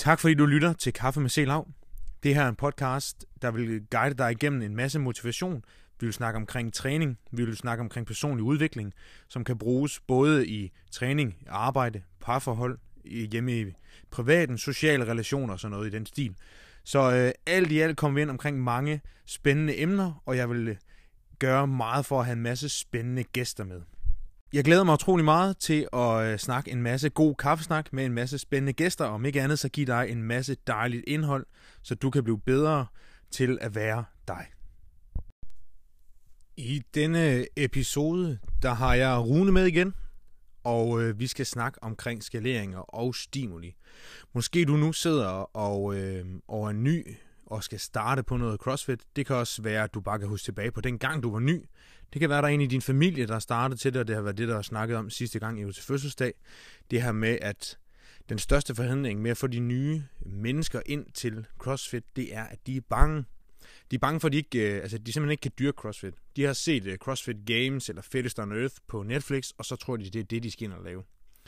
Tak fordi du lytter til Kaffe med C-Lav. Det her er en podcast, der vil guide dig igennem en masse motivation. Vi vil snakke omkring træning, vi vil snakke omkring personlig udvikling, som kan bruges både i træning, arbejde, parforhold, hjemme i privaten, sociale relationer og sådan noget i den stil. Så alt i alt kommer vi ind omkring mange spændende emner, og jeg vil gøre meget for at have en masse spændende gæster med. Jeg glæder mig utrolig meget til at snakke en masse god kaffesnak med en masse spændende gæster, og om ikke andet så give dig en masse dejligt indhold, så du kan blive bedre til at være dig. I denne episode, der har jeg Rune med igen, og vi skal snakke omkring skaleringer og stimuli. Måske du nu sidder og er ny og skal starte på noget CrossFit. Det kan også være, at du bare kan huske tilbage på den gang, du var ny. Det kan være, der er en i din familie, der startede til det, og det har været det, der har snakket om sidste gang i til fødselsdag. Det her med, at den største forhindring med at få de nye mennesker ind til CrossFit, det er, at de er bange. De er bange for, at de simpelthen ikke kan dyrke CrossFit. De har set CrossFit Games eller Fittest on Earth på Netflix, og så tror de, det er det, de skal ind og lave.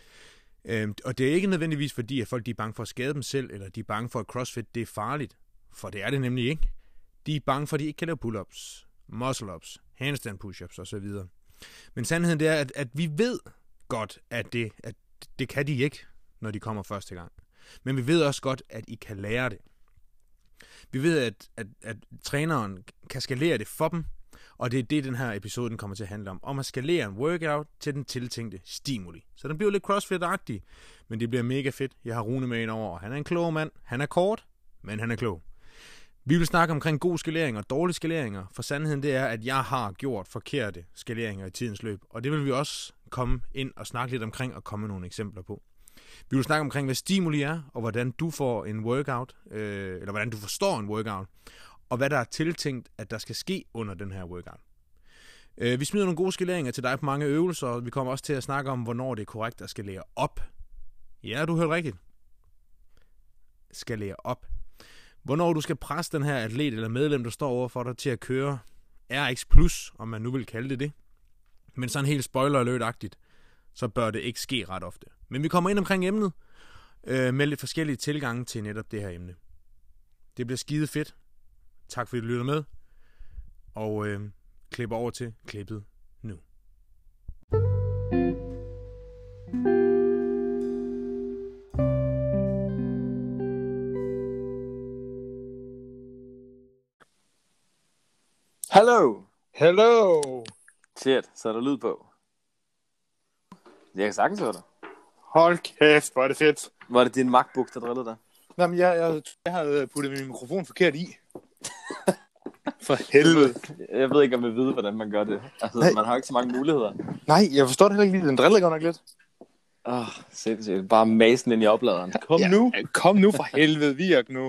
Og det er ikke nødvendigvis fordi, at folk de er bange for at skade dem selv, eller de er bange for, at CrossFit det er farligt. For det er det nemlig ikke. De er bange for, at de ikke kan lave pull-ups, muscle-ups, handstand push-ups osv. Men sandheden det er, at vi ved godt, at det kan de ikke, når de kommer første gang. Men vi ved også godt, at I kan lære det. Vi ved, at træneren kan skalere det for dem, og det er det, den her episode den kommer til at handle om at skalere en workout til den tiltænkte stimuli. Så den bliver lidt CrossFit-agtig, men det bliver mega fedt. Jeg har Rune med ind over, og han er en klog mand. Han er kort, men han er klog. Vi vil snakke omkring gode skaleringer og dårlige skaleringer, for sandheden det er, at jeg har gjort forkerte skaleringer i tidens løb, og det vil vi også komme ind og snakke lidt omkring og komme med nogle eksempler på. Vi vil snakke omkring, hvad stimuli er, og hvordan du får en workout, eller hvordan du forstår en workout, og hvad der er tiltænkt, at der skal ske under den her workout. Vi smider nogle gode skaleringer til dig på mange øvelser, og vi kommer også til at snakke om, hvornår det er korrekt at skalere op. Ja, du hørte rigtigt. Skalere op. Hvornår du skal presse den her atlet eller medlem, der står over for dig til at køre RX+, om man nu vil kalde det. Men sådan helt spoiler alert-agtigt, så bør det ikke ske ret ofte. Men vi kommer ind omkring emnet med lidt forskellige tilgange til netop det her emne. Det bliver skide fedt. Tak fordi du lytter med. Og klipper over til klippet nu. Hello! Hello! Shit, så er der lyd på. Jeg kan sagtens høre dig. Hold kæft, hvor er det fedt. Var det din MacBook, der drillede dig? Jamen, jeg havde puttet min mikrofon forkert i. For helvede. Jeg ved ikke, om jeg ved, hvordan man gør det. Altså, man har ikke så mange muligheder. Nej, jeg forstår det heller ikke lige. Den driller godt nok lidt. Sindssygt. Bare masen ind i opladeren. Kom nu for helvede, virk nu.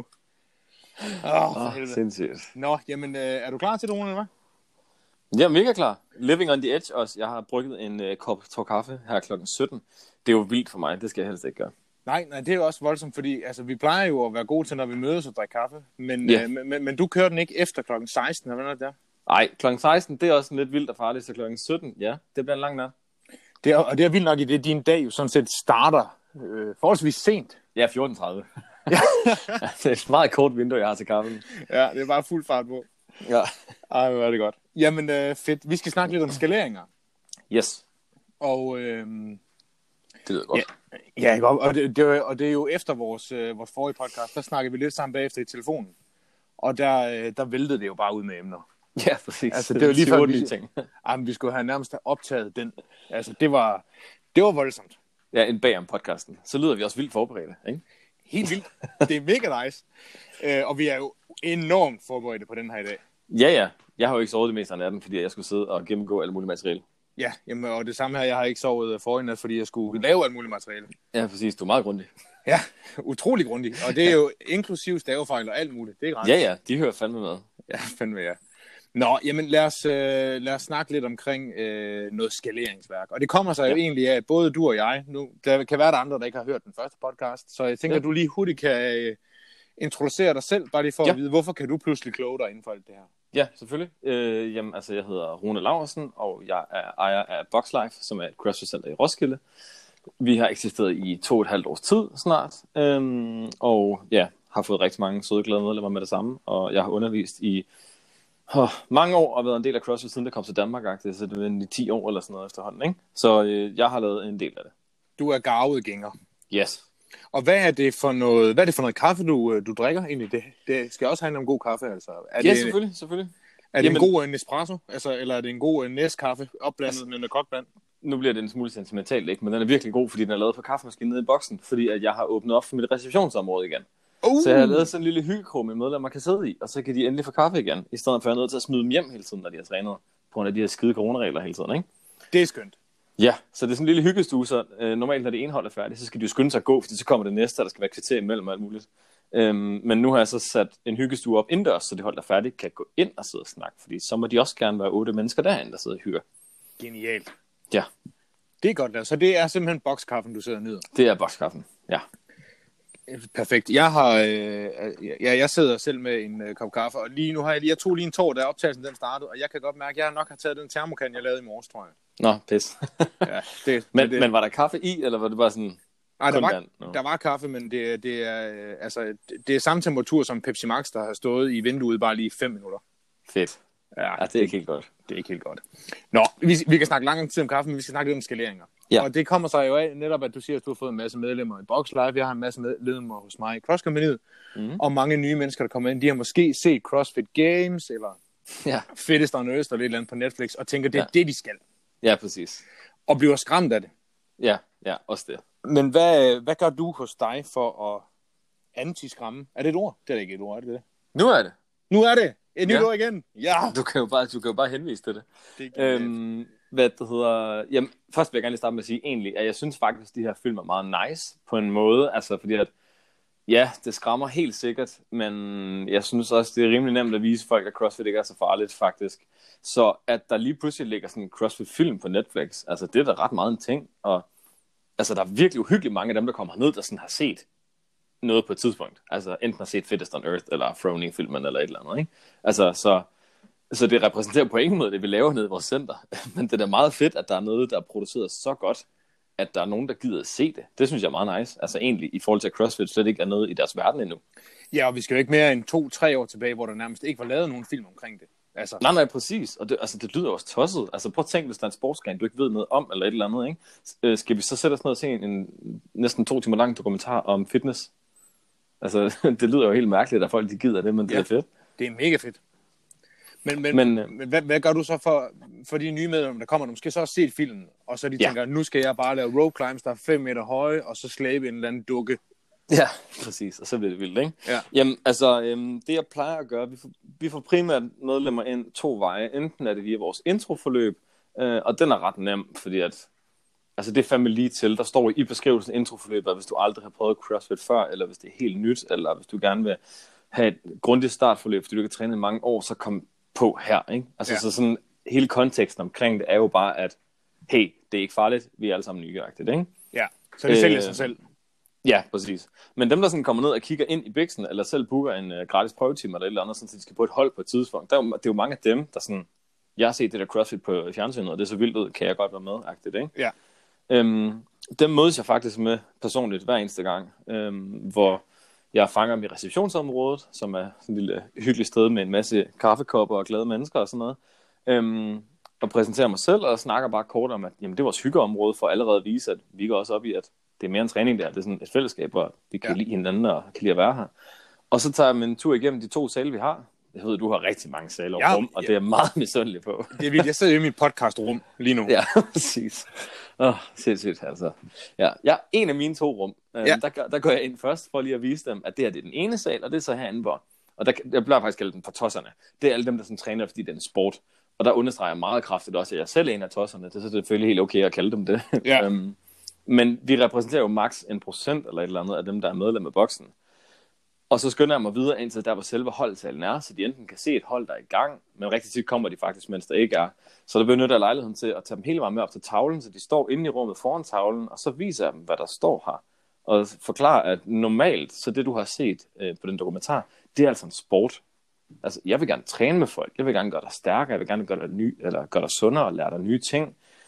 For helvede. Sindssygt. Nå, jamen, er du klar til det, Rune, eller hvad? Jeg er mega klar. Living on the edge også. Jeg har brygget en kop tår kaffe her klokken 17. Det er jo vildt for mig. Det skal jeg helst ikke gøre. Nej, det er jo også voldsomt, fordi altså, vi plejer jo at være gode til, når vi mødes og drikker kaffe. Men, men du kører den ikke efter klokken 16, eller hvad der? Nej, klokken 16, det er også lidt vildt og farligt, så klokken 17, ja, det bliver en lang nat. Og det er vildt nok i det, din dag jo sådan set starter forholdsvis sent. Ja, 14:30. Ja. Det er et meget kort vindue, jeg har til kaffen. Ja, det er bare fuld fart på. Ja. Ej, hvor er det godt. Jamen, fedt. Vi skal snakke lidt om skaleringer. Yes. Og det lyder godt. Ja, og det er jo efter vores forrige podcast, der snakkede vi lidt sammen bagefter i telefonen. Og der væltede det jo bare ud med emner. Ja, præcis. Altså, det var lige før, vi skulle have nærmest optaget den. Altså, det var voldsomt. Ja, en bag om podcasten. Så lyder vi også vildt forberedte, ikke? Helt vildt. Det er mega nice. Og vi er jo enormt forberedte på den her i dag. Ja. Jeg har jo ikke sovet det meste af natten, fordi jeg skulle sidde og gennemgå alt muligt materiale. Ja, jamen, og det samme her, jeg har ikke sovet forrige nat, fordi jeg skulle lave alt muligt materiale. Ja, præcis. Du er meget grundig. Ja, utrolig grundig. Og det er jo inklusiv stavefejl og alt muligt. Det er ret. Ja, de hører fandme med. Ja, fandme ja. Nå, jamen lad os snakke lidt omkring noget skaleringsværk. Og det kommer sig jo egentlig af, at både du og jeg, nu, der kan være der andre, der ikke har hørt den første podcast, så jeg tænker, at du lige hurtigt kan introducere dig selv, bare lige for at vide, hvorfor kan du pludselig kloge dig inden for alt det her? Ja, selvfølgelig. Jamen, jeg hedder Rune Laursen, og jeg er ejer af Boxlife, som er et CrossFit-center i Roskilde. Vi har eksisteret i 2,5 års tid snart, og ja, har fået rigtig mange søde glade medlemmer med det samme, og jeg har undervist i mange år og været en del af CrossFit, siden det kom til Danmark, så det er 10 år eller sådan noget efterhånden, ikke? Så jeg har lavet en del af det. Du er garvedgænger. Yes. Og hvad er det for noget kaffe, du drikker egentlig? Det skal også handle om god kaffe, altså. Selvfølgelig. Er det en god Nespresso, altså, eller er det en god Neskaffe opblandet med noget kogt vand? Nu bliver det en smule sentimentalt, ikke? Men den er virkelig god, fordi den er lavet på kaffemaskinen nede i boksen, fordi at jeg har åbnet op for mit receptionsområde igen. Så jeg har lavet sådan en lille hyggekrog, med medlemmer kan sidde i, og så kan de endelig få kaffe igen, i stedet for at jeg er nødt til at smide dem hjem hele tiden, når de har trænet, på grund af de her skide coronaregler hele tiden, ikke? Det er skønt. Ja, så det er sådan en lille hyggestue, så normalt når det ene hold er færdigt, så skal de jo skynde sig at gå, fordi så kommer det næste, og der skal være kvarter imellem og alt muligt. Men nu har jeg så sat en hyggestue op indendørs, så det hold, der er færdigt, kan gå ind og sidde og snakke, fordi så må de også gerne være 8 mennesker derinde, der sidder og hygger. Genialt. Ja. Det er godt der. Så det er simpelthen bokskaffen, du sidder og nyder? Det er bokskaffen, ja. Perfekt. Jeg sidder selv med en kop kaffe, og lige nu har jeg tog lige en tår, da optagelsen den startede, og jeg kan godt mærke, at jeg nok har taget den termokan, jeg lavede i morges, tror jeg. Nå, pis. Ja, men var der kaffe i, eller var det bare sådan... Nej, der var kaffe, men det er samme temperatur som Pepsi Max, der har stået i vinduet bare lige 5 minutter. Fedt. Ja, det er ikke helt godt. Det er ikke helt godt. Nå, vi kan snakke lang tid om kaffe, men vi skal snakke lidt om skaleringer. Ja. Og det kommer sig jo af, netop at du siger, at du har fået en masse medlemmer i Box Live. Jeg har en masse medlemmer hos mig i CrossFit Companyet. Og mange nye mennesker, der kommer ind, de har måske set CrossFit Games, eller Fittest on Earth, eller et eller andet på Netflix, og tænker, det er det, de skal. Ja, præcis. Og bliver skræmt af det. Ja, også det. Men hvad gør du hos dig for at anti-skræmme? Er det et ord? Det er ikke et ord, er det det? Nu er det. Nu er det! Et nyt ord igen! Ja! Du kan jo bare henvise til det. Hvad det hedder... Jamen, først vil jeg gerne lige starte med at sige egentlig, at jeg synes faktisk, at de her film er meget nice på en måde. Altså, fordi at... Ja, det skræmmer helt sikkert, men jeg synes også, det er rimelig nemt at vise folk, at CrossFit ikke er så farligt, faktisk. Så at der lige pludselig ligger sådan en CrossFit-film på Netflix, altså det er da ret meget en ting. Og altså, der er virkelig uhyggeligt mange af dem, der kommer herned, der sådan har set noget på et tidspunkt. Altså enten har set Fittest on Earth, eller Froning-filmen, eller et eller andet, ikke? Altså, så det repræsenterer på ingen måde det, vi laver nede i vores center. Men det er da meget fedt, at der er noget, der er produceret så godt, at der er nogen, der gider at se det. Det synes jeg er meget nice. Altså egentlig, i forhold til at CrossFit slet ikke er noget i deres verden endnu. Ja, og vi skal jo ikke mere end 2-3 år tilbage, hvor der nærmest ikke var lavet nogen film omkring det. Altså. Nej, præcis. Og det lyder også tosset. Altså prøv at tænke, hvis der er en sportsgren, du ikke ved noget om, eller et eller andet, ikke? Skal vi så sætte os ned og se en næsten 2 timer lang dokumentar om fitness? Altså, det lyder jo helt mærkeligt, at folk de gider det, men det er fedt. Det er mega fedt. Men hvad gør du så for de nye medlemmer, der kommer? Du måske så også set filmen, og så de tænker, nu skal jeg bare lave rope climbs, der er 5 meter høje, og så slæbe en eller anden dukke. Ja, præcis. Og så bliver det vildt, ikke? Ja. Jamen, altså, det jeg plejer at gøre, vi får primært medlemmer ind 2 veje. Enten er det via vores introforløb, og den er ret nem, fordi at altså det er fandme lige til. Der står i beskrivelsen introforløbet, hvis du aldrig har prøvet CrossFit før, eller hvis det er helt nyt, eller hvis du gerne vil have et grundigt startforløb, fordi du ikke har trænet i mange år, så kom på her, ikke? Altså så sådan, hele konteksten omkring det er jo bare, at hey, det er ikke farligt, vi er alle sammen nyagtigt, ikke? Ja, så det sælger sig selv. Ja, præcis. Men dem, der sådan kommer ned og kigger ind i biksen, eller selv booker en gratis prøvetime eller et eller andet, så de skal på et hold på et tidspunkt, det er jo mange af dem, der sådan, jeg har set det der CrossFit på fjernsynet, og det er så vildt ud, kan jeg godt være med-agtigt, ikke? Ja. Dem mødes jeg faktisk med personligt hver eneste gang, hvor jeg fanger dem i receptionsområdet, som er sådan et lille hyggeligt sted med en masse kaffekopper og glade mennesker og sådan noget, og præsenterer mig selv og snakker bare kort om, at jamen, det er vores hyggeområde for at allerede vise, at vi går også op i, at det er mere en træning der, det er sådan et fællesskab, hvor vi kan lide hinanden og kan lide at være her. Og så tager jeg en tur igennem de 2 sale, vi har. Jeg ved, du har rigtig mange sale og rum, og det er meget misundelig på. Det er vildt, jeg sidder i mit podcastrum lige nu. Ja, præcis. Sindssygt, altså. Ja, en af mine 2 rum, der går jeg ind først, for lige at vise dem, at det her det er den ene sal, og det er så herinde, hvor. Og jeg bliver faktisk kaldt den for tosserne. Det er alle dem, der sådan træner, fordi det er en sport. Og der understreger jeg meget kraftigt også, at jeg selv er en af tosserne. Det er så selvfølgelig helt okay at kalde dem det. Ja. Men vi repræsenterer jo maks 1% eller et eller andet af dem, der er medlem af boksen. Og så skynder jeg mig videre indtil der, hvor selve holdtalen er, så de enten kan se et hold, der er i gang, men rigtig tit kommer de faktisk, mens der ikke er. Så der benytter jeg lejligheden til at tage dem hele vejen med op til tavlen, så de står inde i rummet foran tavlen, og så viser jeg dem, hvad der står her. Og forklarer, at normalt, så det du har set på den dokumentar, det er altså en sport. Altså, jeg vil gerne træne med folk, jeg vil gerne gøre dig stærkere, jeg vil gerne gøre dig gøre dig sundere og lære dig nye ting.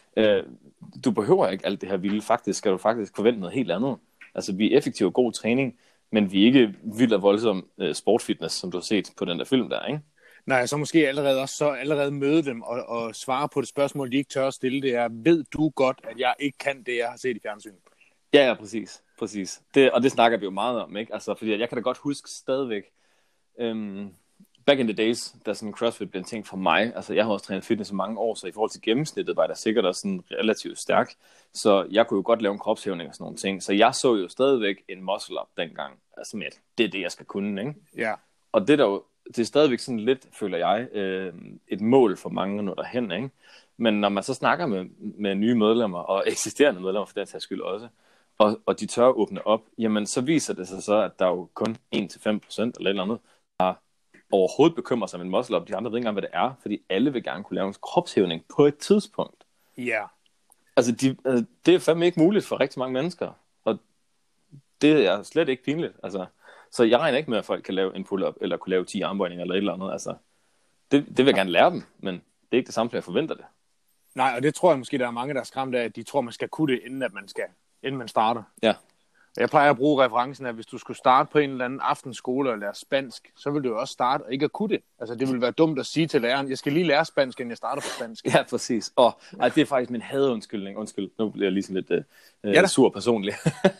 Du behøver ikke alt det her vilde. Faktisk skal du faktisk forvente noget helt andet. Altså, vi er effektiv og god træning, men vi er ikke vildt og voldsom sportfitness, som du har set på den der film der, ikke? Nej, så måske allerede møde dem og svare på det spørgsmål, de ikke tør at stille. Det er, ved du godt, at jeg ikke kan det, jeg har set i fjernsynet? Ja, præcis. Og det snakker vi jo meget om, ikke? Altså, fordi jeg kan da godt huske stadigvæk, back in the days, da sådan CrossFit blev en ting for mig, altså jeg har også trænet fitness i mange år, så i forhold til gennemsnittet var der sikkert også sådan relativt stærk, så jeg kunne jo godt lave en kropshævning og sådan nogle ting, så jeg så jo stadigvæk en muscle up dengang, altså med, det er det, jeg skal kunne, ikke? Ja. Og det er stadigvæk sådan lidt, føler jeg, et mål for mange når derhen, ikke? Men når man så snakker med nye medlemmer, og eksisterende medlemmer for den sags skyld også, og de tør at åbne op, jamen så viser det sig så, at der er jo kun 1-5% eller et eller andet, der overhovedet bekymrer sig om en muscle up. De andre ved ikke engang, hvad det er, fordi alle vil gerne kunne lave en kropshævning på et tidspunkt. Ja. Altså, det er fandme ikke muligt for rigtig mange mennesker, og det er slet ikke pinligt. Altså, så jeg regner ikke med, at folk kan lave en pull-up, eller kunne lave 10 armbøjninger, eller et eller andet. Altså, det vil jeg gerne lære dem, men det er ikke det samme, jeg forventer det. Nej, og det tror jeg måske, der er mange, der er skræmt af, at de tror, man skal kunne det, inden man starter. Ja. Jeg plejer at bruge referencen af, at hvis du skulle starte på en eller anden aftenskole og lære spansk, så vil du jo også starte og ikke at kunne det. Altså, det ville være dumt at sige til læreren, jeg skal lige lære spansk, inden jeg starter på spansk. Ja, præcis. Det er faktisk min hadeundskyldning. Undskyld, nu bliver jeg lige sådan lidt sur personlig.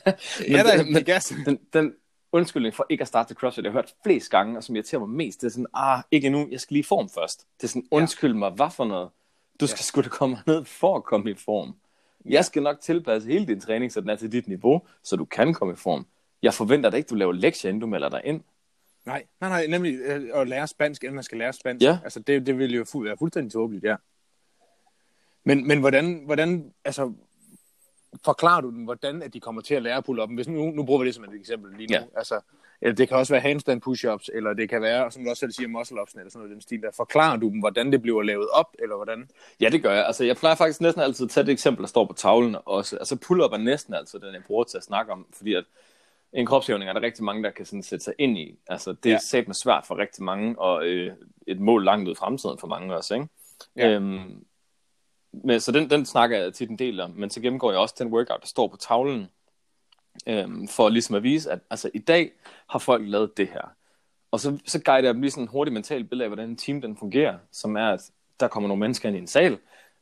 Den undskyldning for ikke at starte til CrossFit, jeg har hørt flest gange, og som irriterer mig mest, det er sådan, ikke endnu, jeg skal lige i form først. Det er sådan, undskyld mig, hvad for noget? Du skal sgu da komme ned for at komme i form. Jeg skal nok tilpasse hele din træning, så den er til dit niveau, så du kan komme i form. Jeg forventer dig ikke, du laver lektier, inden du melder dig ind. Nej, nemlig at lære spansk, inden man skal lære spansk. Ja. Altså, det vil jo være fuldstændig tåbeligt, ja. Men hvordan altså, forklarer du dem, hvordan at de kommer til at lære pull-up'en? Hvis nu bruger vi det som et eksempel lige nu. Ja. Altså, eller det kan også være handstand push-ups, eller det kan være, som du også selv siger, muscle-ups, eller sådan noget i den stil der. Forklarer du dem, hvordan det bliver lavet op, eller hvordan? Ja, det gør jeg. Altså, jeg plejer faktisk næsten altid at tage det eksempel, der står på tavlen også. Altså, pull-up er næsten altid den, jeg bruger til at snakke om, fordi at en kropshævning er der rigtig mange, der kan sådan sætte sig ind i. Altså, det er satme svært for rigtig mange, og et mål langt ud i fremtiden for mange også, ikke? Ja. Men, så den snakker jeg tit en del om, men så gennemgår jeg også den workout, der står på tavlen, for ligesom at vise, at altså, i dag har folk lavet det her. Og så guider jeg dem lige sådan en hurtig mental billede af, hvordan en team den fungerer, som er, at der kommer nogle mennesker ind i en sal,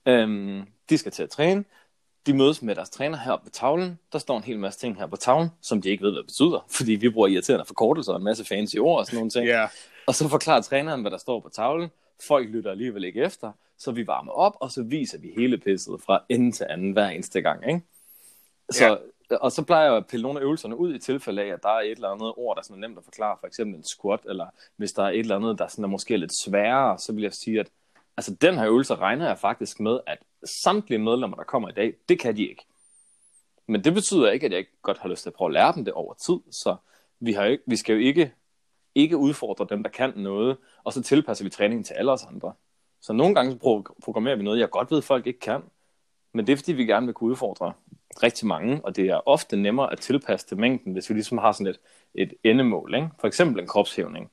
de skal til at træne, de mødes med deres træner heroppe på tavlen, der står en hel masse ting her på tavlen, som de ikke ved, hvad det betyder, fordi vi bruger irriterende forkortelser og en masse fancy ord og sådan nogle ting. Yeah. Og så forklarer træneren, hvad der står på tavlen, folk lytter alligevel ikke efter, så vi varmer op, og så viser vi hele pisset fra ende til anden hver eneste gang, ikke? Så, og så plejer jeg at pille nogle af øvelserne ud i tilfælde af, at der er et eller andet ord, der sådan er nemt at forklare, for eksempel en squat, eller hvis der er et eller andet, der sådan er måske lidt sværere, så vil jeg sige, at altså, den her øvelse regner jeg faktisk med, at samtlige medlemmer, der kommer i dag, det kan de ikke. Men det betyder ikke, at jeg ikke godt har lyst til at prøve at lære dem det over tid, så vi skal jo ikke udfordre dem, der kan noget, og så tilpasser vi træningen til alle os andre. Så nogle gange så programmerer vi noget, jeg godt ved, folk ikke kan, men det er fordi, vi gerne vil kunne udfordre rigtig mange, og det er ofte nemmere at tilpasse til mængden, hvis vi ligesom har sådan et endemål, ikke? For eksempel en kropshævning.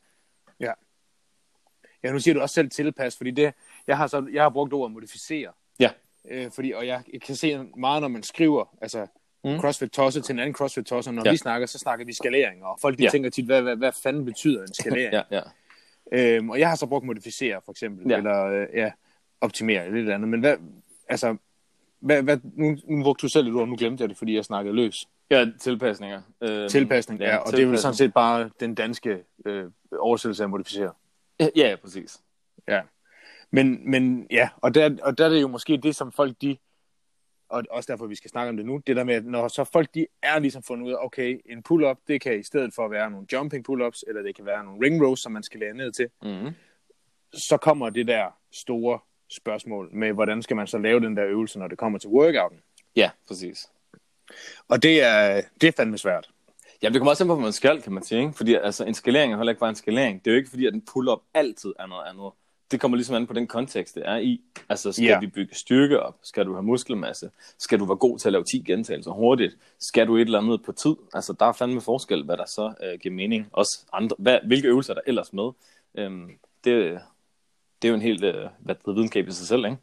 Ja, nu siger du også selv tilpas, fordi jeg har brugt ordet modificere. Ja. Og jeg kan se meget, når man skriver, altså CrossFit-tosser til en anden CrossFit-tosser, når vi snakker, så snakker vi skalering, og folk de tænker tit, hvad fanden betyder en skalering? Og jeg har så brugt modificere, for eksempel, eller optimere, eller lidt andet, men nu brugte du selv et ord, nu glemte jeg det, fordi jeg snakkede løs. Ja, tilpasninger. Tilpasning, og det er vel sådan set bare den danske oversættelse af modificere. Ja, præcis. Ja. Men ja, og der er det jo måske det, som folk og også derfor vi skal snakke om det nu, det der med, at når så folk de er ligesom fundet ud af, okay, en pull-up, det kan i stedet for være nogle jumping pull-ups, eller det kan være nogle ring rows, som man skal lære ned til, så kommer det der store spørgsmål med, hvordan skal man så lave den der øvelse, når det kommer til workouten. Ja, præcis. Og det er fandme svært. Ja, det kommer også an på, hvad man skal, kan man sige, ikke? Fordi altså, en skalering er heller ikke bare en skalering. Det er jo ikke fordi, at en pull-up altid er noget andet. Det kommer ligesom an på den kontekst, det er i. Altså, skal vi bygge styrke op? Skal du have muskelmasse? Skal du være god til at lave 10 gentagelser hurtigt? Skal du et eller andet på tid? Altså, der er fandme forskel, hvad der så giver mening. Også andre, hvilke øvelser der ellers med. Det er jo en helt videnskab i sig selv, ikke?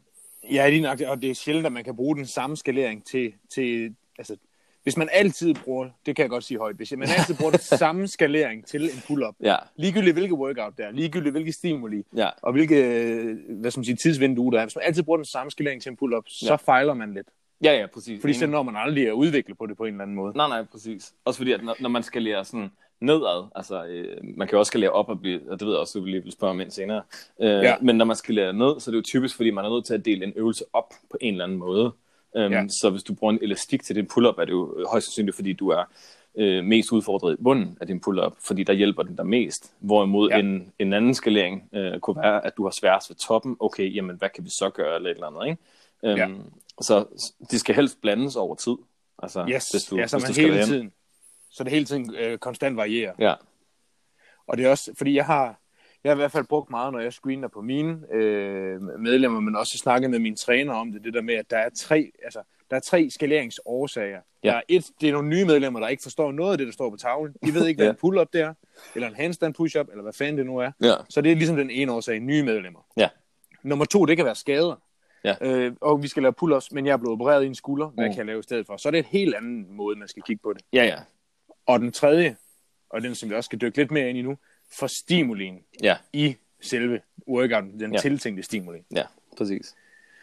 Ja, lige nok, og det er sjældent, at man kan bruge den samme skalering til altså, hvis man altid bruger, det kan jeg godt sige højt, hvis man altid bruger den samme skalering til en pull-up, ligegyldigt hvilket workout der er, ligegyldigt hvilket stimuli, og hvilke, tidsvindue der er, hvis man altid bruger den samme skalering til en pull-up, så fejler man lidt. Ja, præcis. Fordi så når man aldrig er udviklet på det på en eller anden måde. Nej, præcis. Også fordi, at når man skalerer sådan nedad, altså man kan også skalere op og det ved jeg også, du vil spørge om ind senere, men når man skalerer ned, så er det jo typisk, fordi man er nødt til at dele en øvelse op på en eller anden måde. Så hvis du bruger en elastik til din pull-up, er det jo højst sandsynligt, fordi du er mest udfordret i bunden af din pull-up, fordi der hjælper den der mest. Hvorimod en anden skalering kunne være, at du har sværest ved toppen. Okay, jamen hvad kan vi så gøre, eller et eller andet, ikke? Så de skal helst blandes over tid. Altså, så det hele tiden konstant varierer. Ja. Og det er også, fordi jeg har i hvert fald brugt meget, når jeg screener på mine medlemmer, men også snakket med mine træner om det der med, at der er tre skaleringsårsager. Ja. Det er nogle nye medlemmer, der ikke forstår noget af det, der står på tavlen. De ved ikke, hvad en pull-up det er, eller en handstand push-up, eller hvad fanden det nu er. Ja. Så det er ligesom den ene årsag, nye medlemmer. Ja. Nummer 2, det kan være skader. Ja. Og vi skal lave pull-ups, men jeg er blevet opereret i en skulder. Hvad kan jeg lave i stedet for? Så er det et helt anden måde, man skal kigge på det. Ja. Og den tredje, og den som vi også skal dykke lidt mere ind i nu, for stimulien i selve workouten, den tiltænkte stimuli. Ja, præcis.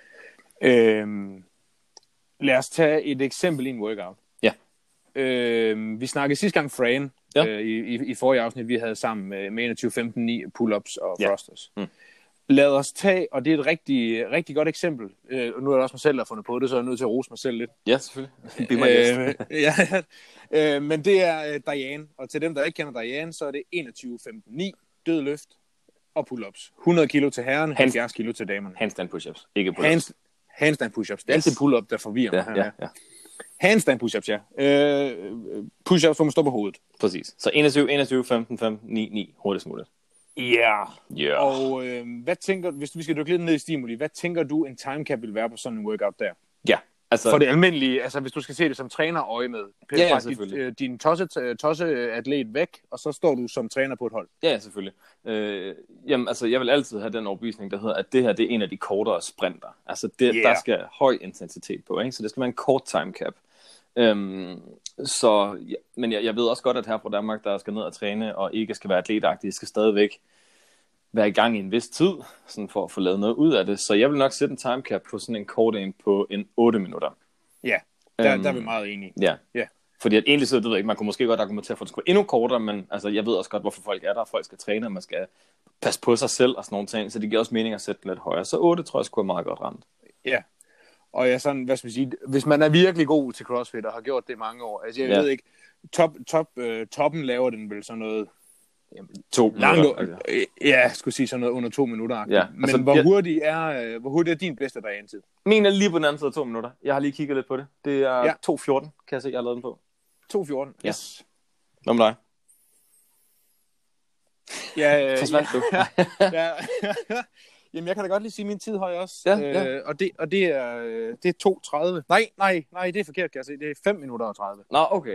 Lad os tage et eksempel i en workout. Ja. Vi snakkede sidste gang Fran i forrige afsnit, vi havde sammen med 21-15-9 pull-ups og thrusters. Lad os tage, og det er et rigtig, rigtig godt eksempel. Nu er det også mig selv, der har fundet på det, så jeg er nødt til at rose mig selv lidt. Ja, selvfølgelig. Men det er Diane, og til dem, der ikke kender Diane, så er det 21-15-9 dødløft og pull-ups. 100 kilo til herrerne, 70 kilo til damerne. Handstand push-ups, ikke pull-ups. Handstand push-ups. Det er altid pull-up, der forvirrer mig. Ja. Handstand push-ups, ja. Push-ups, hvor man står på hovedet. Præcis. Så 21, 15, 15, 9, 9, hurtigst muligt. Ja. Og hvad tænker, hvis vi skal dykke lidt ned i stimuli, hvad tænker du en time cap vil være på sådan en workout der? Ja. Altså, for det almindelige, altså hvis du skal se det som trænerøje med, din tosseatlet væk, og så står du som træner på et hold. Ja, selvfølgelig. Jamen, altså jeg vil altid have den overbevisning, der hedder, at det her det er en af de kortere sprinter. Altså der skal høj intensitet på, ikke? Så det skal være en kort time cap. Men jeg ved også godt, at her fra Danmark, der skal ned og træne, og ikke skal være atletagtige, skal stadigvæk være i gang i en vis tid, sådan for at få lavet noget ud af det. Så jeg vil nok sætte en time cap på sådan en kort en på en 8 minutter. Ja, der er vi meget enige. Ja. Fordi at egentlig så ved jeg ikke, man kunne måske godt argumentere for, at det skulle være endnu kortere, men altså, jeg ved også godt, hvorfor folk er der. Folk skal træne, og man skal passe på sig selv og sådan nogle ting, så det giver også mening at sætte den lidt højere. Så 8 tror jeg skulle være meget godt ramt. Ja, og jeg sådan, hvad skal man sige, hvis man er virkelig god til CrossFit og har gjort det i mange år, altså jeg ved ikke, toppen laver den vel sådan noget 2 minutter. Jeg skulle sige sådan noget under 2 minutter. Ja, men altså, hvor hurtigt er din bedste Diane-tid? Min er lige på den anden side af 2 minutter. Jeg har lige kigget lidt på det. Det er 2.14, kan jeg se, jeg har lavet den på. 2.14, yes. Hvad med dig? Forsvandt du? Jamen, jeg kan da godt lige sige, min tid har jeg også. Og det er 2.30. Nej, det er forkert, kan jeg se. Det er 5 minutter og 30. Nå, okay.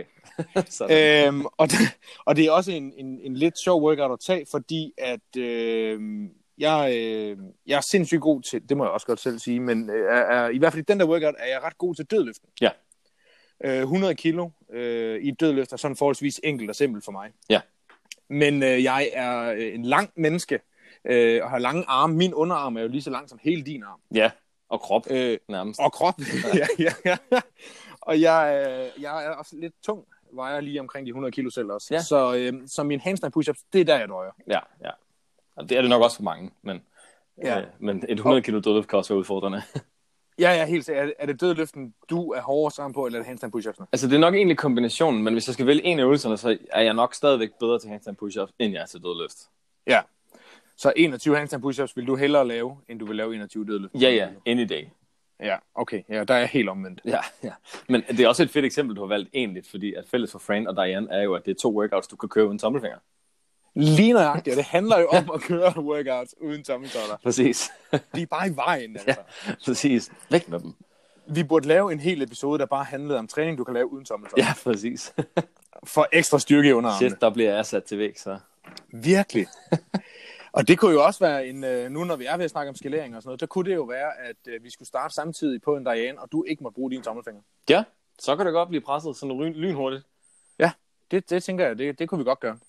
Og det er også en lidt sjov workout at tage, fordi at jeg er sindssygt god til, det må jeg også godt selv sige, men i hvert fald i den der workout er jeg ret god til dødløften. Ja. 100 kilo i dødløft er sådan forholdsvis enkelt og simpelt for mig. Ja. Men jeg er en lang menneske, og har lange arme. Min underarm er jo lige så lang som hele din arm. Ja, og krop nærmest. Og krop, ja. Og jeg er også lidt tung, vejer lige omkring de 100 kilo selv også. Ja. Så min handstand push-ups, det er der, jeg døjer. Ja. Og det er det nok også for mange, men et 100 kilo dødløft kan også være udfordrende. Ja, helt sikkert. Er det dødløften, du er hårdest ramt på, eller er det handstand push-ups'ene? Altså, det er nok egentlig kombinationen, men hvis jeg skal vælge en af øvelserne, så er jeg nok stadigvæk bedre til handstand push-ups, end jeg er til dødløft. Ja. Så 21 handstand push-ups vil du hellere lave, end du vil lave 21 dødløft? Ja, any day. Ja, okay. Ja, der er jeg helt omvendt. Ja. Men det er også et fedt eksempel, du har valgt egentlig, fordi at fælles for Fran og Diane er jo, at det er 2 workouts, du kan køre uden tommelfinger. Lige nøjagtigt, og det handler jo om at køre workouts uden tommeltotter. Præcis. De er bare i vejen, altså. Ja, præcis. Væk med dem. Vi burde lave en hel episode, der bare handlede om træning, du kan lave uden tommeltotter. Ja, præcis. For ekstra styrke i underarmene. Shit, der bliver jeg sat til væk, så. Virkelig. Og det kunne jo også være nu når vi er ved at snakke om skalering og sådan noget, så kunne det jo være, at vi skulle starte samtidig på en Diane, og du ikke må bruge dine tommelfinger. Ja, så kan det godt blive presset sådan lynhurtigt. Ja, det tænker jeg, det kunne vi godt gøre.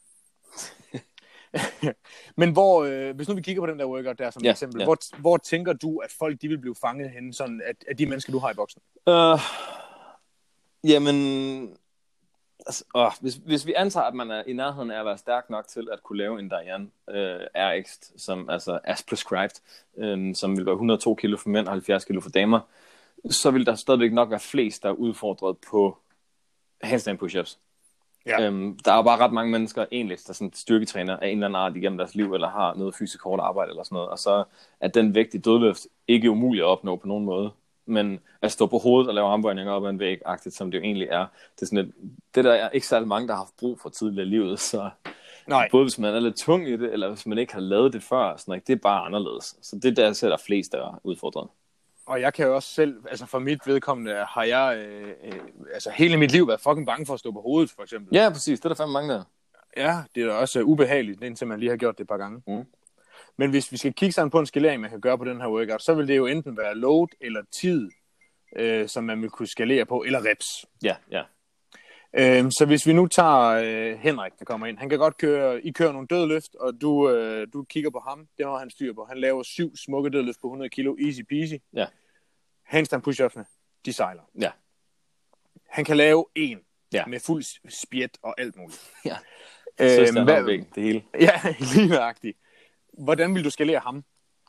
Men hvis nu vi kigger på den der workout der som eksempel, hvor tænker du, at folk de vil blive fanget henne, sådan at de mennesker, du har i boksen? Jamen, altså, hvis vi antager, at man er i nærheden af at være stærk nok til at kunne lave en Diane RX, som altså as prescribed, som vil være 102 kilo for mænd og 70 kilo for damer, så vil der stadigvæk nok være flest, der er udfordret på handstand push-ups. Ja. Der er bare ret mange mennesker egentlig, der sådan styrketræner af en eller anden art igennem deres liv, eller har noget fysisk hårdt arbejde eller sådan noget, og så er den vægt i dødløft ikke umuligt at opnå på nogen måde. Men at stå på hovedet og lave armbøjninger op ad en væg-agtigt, som det jo egentlig er, det der er ikke særlig mange, der har haft brug for tidligere i livet, så både hvis man er lidt tung i det, eller hvis man ikke har lavet det før, sådan, det er bare anderledes. Så det er der, jeg ser der flest, der er udfordret. Og jeg kan jo også selv, altså for mit vedkommende, har jeg altså hele mit liv været fucking bange for at stå på hovedet, for eksempel. Ja, præcis. Det er der fandme mange der. Ja, det er også ubehageligt, indtil man lige har gjort det et par gange. Mm. Men hvis vi skal kigge sådan på en skalering, man kan gøre på den her workout, så vil det jo enten være load eller tid, som man vil kunne skalere på, eller reps. Ja, ja. Så hvis vi nu tager Henrik, der kommer ind, han kan godt I kører nogle dødløft, og du kigger på ham, det har han styr på. Han laver 7 smukke dødløft på 100 kilo, easy peasy. Ja. Handstand push-upsene, de sejler. Ja. Han kan lave 1 med fuld spjæt og alt muligt. Ja. Det hele. Ja, lige nøjagtigt. Hvordan vil du skalere ham?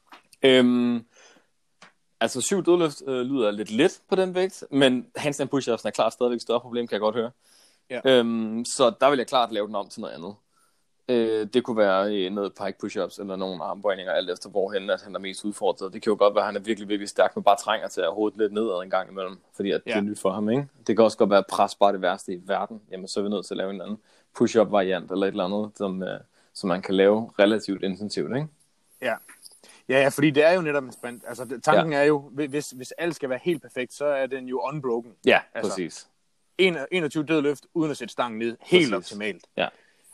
Altså 7 dødløft lyder lidt på den vægt, men handstand push-ups er klart stadigvæk et større problem, kan jeg godt høre. Ja. Så der vil jeg klart lave den om til noget andet. Det kunne være noget pike push-ups eller nogle armbøjninger, alt efter hvorhen at han er mest udfordret. Det kan jo godt være, at han er virkelig, virkelig stærk, men bare trænger til at hovedet lidt nedad en gang imellem, fordi at det er nyt for ham, ikke? Det kan også godt være, at pres bare det værste i verden. Jamen, så er vi nødt til at lave en anden push-up variant eller et eller andet, som man kan lave relativt intensivt, ikke? Ja. Ja, fordi det er jo netop en sprint. Altså, tanken er jo, hvis alt skal være helt perfekt, så er den jo unbroken. Ja, altså, præcis. 21 dødløft, uden at sætte stangen ned. Helt optimalt. Ja.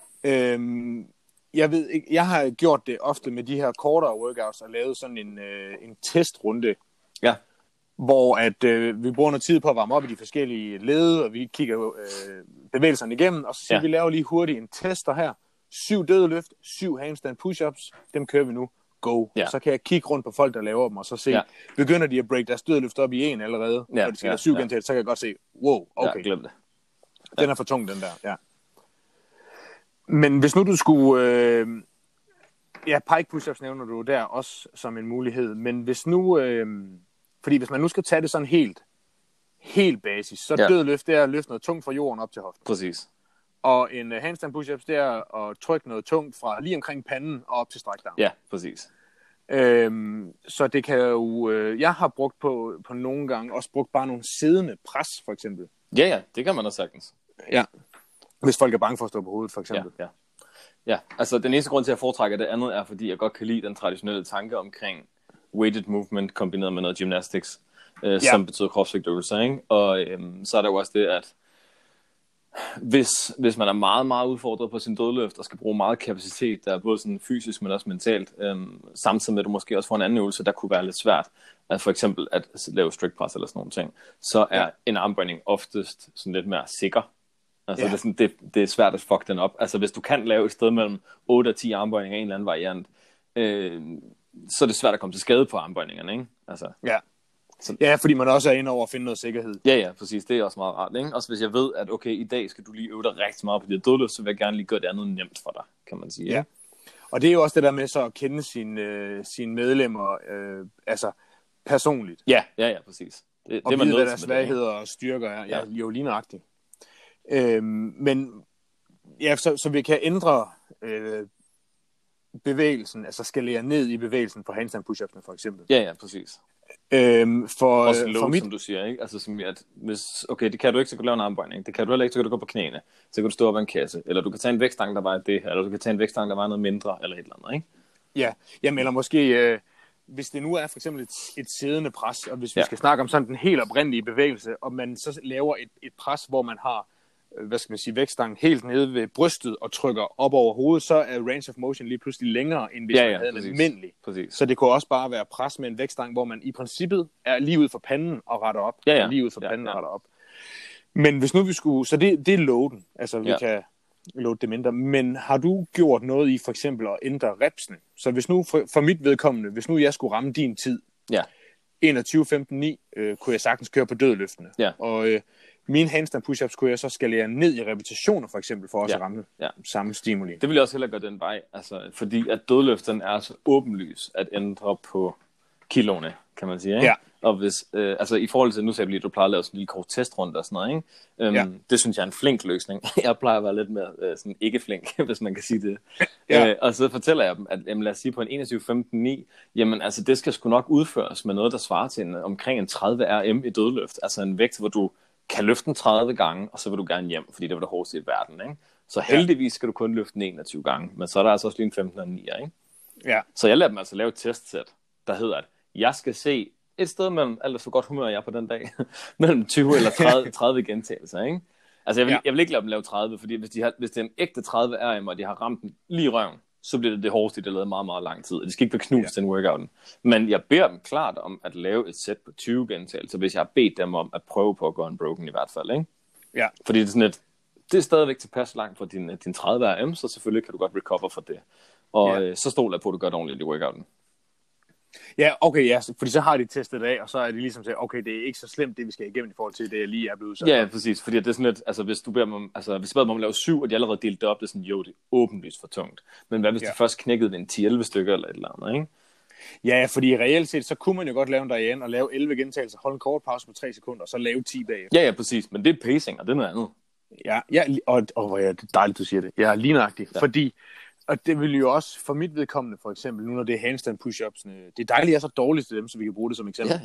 Jeg ved ikke, jeg har gjort det ofte med de her kortere workouts, og lavet sådan en testrunde. Ja. Hvor at vi bruger noget tid på at varme op i de forskellige led, og vi kigger bevægelserne igennem, og så siger vi laver lige hurtigt en tester her. 7 dødløft, 7 handstand push-ups, dem kører vi nu. Go. Ja. Så kan jeg kigge rundt på folk, der laver dem, og så se, begynder de at break deres dødløft op i 1 allerede, og de skal have 7 gentagelser, så kan jeg godt se, wow, okay. Ja, glem det. Den er for tung, den der, ja. Men hvis nu du skulle, pike push-ups nævner du der også som en mulighed, men hvis nu, fordi hvis man nu skal tage det sådan helt basis, så dødløft, det er at løfte noget tungt fra jorden op til hoften. Præcis. Og en handstand push-ups, det er at trykke noget tungt fra lige omkring panden og op til strækdarmen. Ja, præcis. Så det kan jo... jeg har brugt på nogle gange også brugt bare nogle siddende pres, for eksempel. Ja, det kan man også sagtens. Ja, hvis folk er bange for at stå på hovedet, for eksempel. Ja, altså den eneste grund til, at jeg foretrækker det andet, er fordi jeg godt kan lide den traditionelle tanke omkring weighted movement kombineret med noget gymnastics, som betyder kropsvægtøvelser, ikke? Og så er der jo også det, at hvis man er meget, meget udfordret på sin dødløft og skal bruge meget kapacitet, der er både sådan fysisk, men også mentalt, samtidig med at du måske også får en anden øvelse, der kunne være lidt svært, at for eksempel at lave strict press eller sådan nogle ting, så er en armbøjning oftest sådan lidt mere sikker. Altså det er, sådan, det er svært at fuck den op. Altså hvis du kan lave et sted mellem 8 og 10 armbøjninger i en eller anden variant, så er det svært at komme til skade på armbøjningerne, ikke? Altså. Ja. Ja, fordi man også er inde over at finde noget sikkerhed. Ja, præcis. Det er også meget rart, ikke? Også hvis jeg ved, at okay, i dag skal du lige øve dig rigtig meget på dit dødløft, så vil jeg gerne lige gøre det andet nemt for dig, kan man sige. Ja. Og det er jo også det der med så at kende sine medlemmer, altså personligt. Ja, præcis. Og vide, hvad deres svagheder og styrker er. Ja, jo lige nøjagtigt. Men ja, så vi kan ændre bevægelsen, altså skalere ned i bevægelsen på handstand push-upsene for eksempel. Ja, præcis. Også low, som du siger, ikke? Altså som at det kan du ikke, så kan du lave en armbøjning. Det kan du heller ikke, så kan du gå på knæene. Så kan du stå op ad en kasse. Eller du kan tage en vægtstang, der var det her. Eller du kan tage en vægtstang, der var noget mindre, eller et eller andet, ikke? Ja, jamen, eller måske, hvis det nu er for eksempel et siddende pres, og hvis vi skal snakke om sådan den helt oprindelige bevægelse, og man så laver et pres, hvor man har hvad skal man sige, vægtstangen helt nede ved brystet og trykker op over hovedet, så er range of motion lige pludselig længere, end hvis man havde en almindelig. Så det kunne også bare være pres med en vægtstang, hvor man i princippet er lige ud for panden og retter op. Lige ud for panden og retter op. Men hvis nu vi skulle, så det er loaden, altså vi kan load det mindre, men har du gjort noget i for eksempel at ændre repsene? Så hvis nu, for mit vedkommende, hvis nu jeg skulle ramme din tid, 21.15.9, kunne jeg sagtens køre på dødløftene. Og mine handstand push-ups kunne jeg så skalere ned i repetitioner, for eksempel, for også at ramme samme stimuli. Det vil jeg også heller gøre den vej, altså, fordi at dødløften er så åbenlys at ændre på kiloene, kan man sige, ikke? Og hvis, altså i forhold til, nu sagde jeg lige, at du plejer at lave sådan en lille kort testrunde og sådan noget, ikke? Det synes jeg er en flink løsning. Jeg plejer at være lidt mere sådan ikke flink, hvis man kan sige det. Og så fortæller jeg dem, at jamen, lad os sige på en 21.15.9, jamen altså det skal sgu nok udføres med noget, der svarer til omkring en 30 RM i dødløft. Altså en vægt, hvor du kan løfte den 30 gange, og så vil du gerne hjem, fordi det var det hårdeste i verden, ikke? Så heldigvis skal du kun løfte den 21 gange, men så er der altså også lige en 15 og 9, ikke? Så jeg lader dem altså lave et testsæt, der hedder, at jeg skal se et sted mellem, alt for godt humør jeg er på den dag, mellem 20 eller 30 gentagelser, ikke? Altså jeg vil ikke lade dem lave 30, fordi hvis det er en ægte 30 RM, og de har ramt den lige i røven, så bliver det hårdeste, de har lavet meget, meget lang tid. Det skal ikke være knust den workouten. Men jeg beder dem klart om at lave et sæt på 20 gentagelser, hvis jeg har bedt dem om at prøve på at gå unbroken i hvert fald, ikke? Fordi det er sådan det er stadigvæk tilpas langt for din 30 RM, så selvfølgelig kan du godt recover for det. Og så stoler jeg på, at du gør det ordentligt i workouten. Fordi så har de testet det af, og så er de ligesom sagt, okay, det er ikke så slemt, det vi skal igennem i forhold til det, jeg lige er blevet udsat. Ja, præcis, fordi det er sådan lidt, altså hvis du beder dem om at lave 7, og de allerede delt det op, det er sådan, jo, det er åbenlyst for tungt. Men hvad hvis de først knækkede ved en 10-11 stykker eller et eller andet, ikke? Ja, fordi reelt set, så kunne man jo godt lave en derhjemme og lave 11 gentagelser, holde en kort pause på 3 sekunder, og så lave 10 bagefter. Ja, præcis, men det er pacing, og det er noget andet. Hvor er det dejligt, du siger det. Ja, lige nøjagtigt, fordi... Og det vil jo også, for mit vedkommende for eksempel, nu når det er handstand push-ups'ene, det er dejligt, at jeg er så dårligt til dem, så vi kan bruge det som eksempel.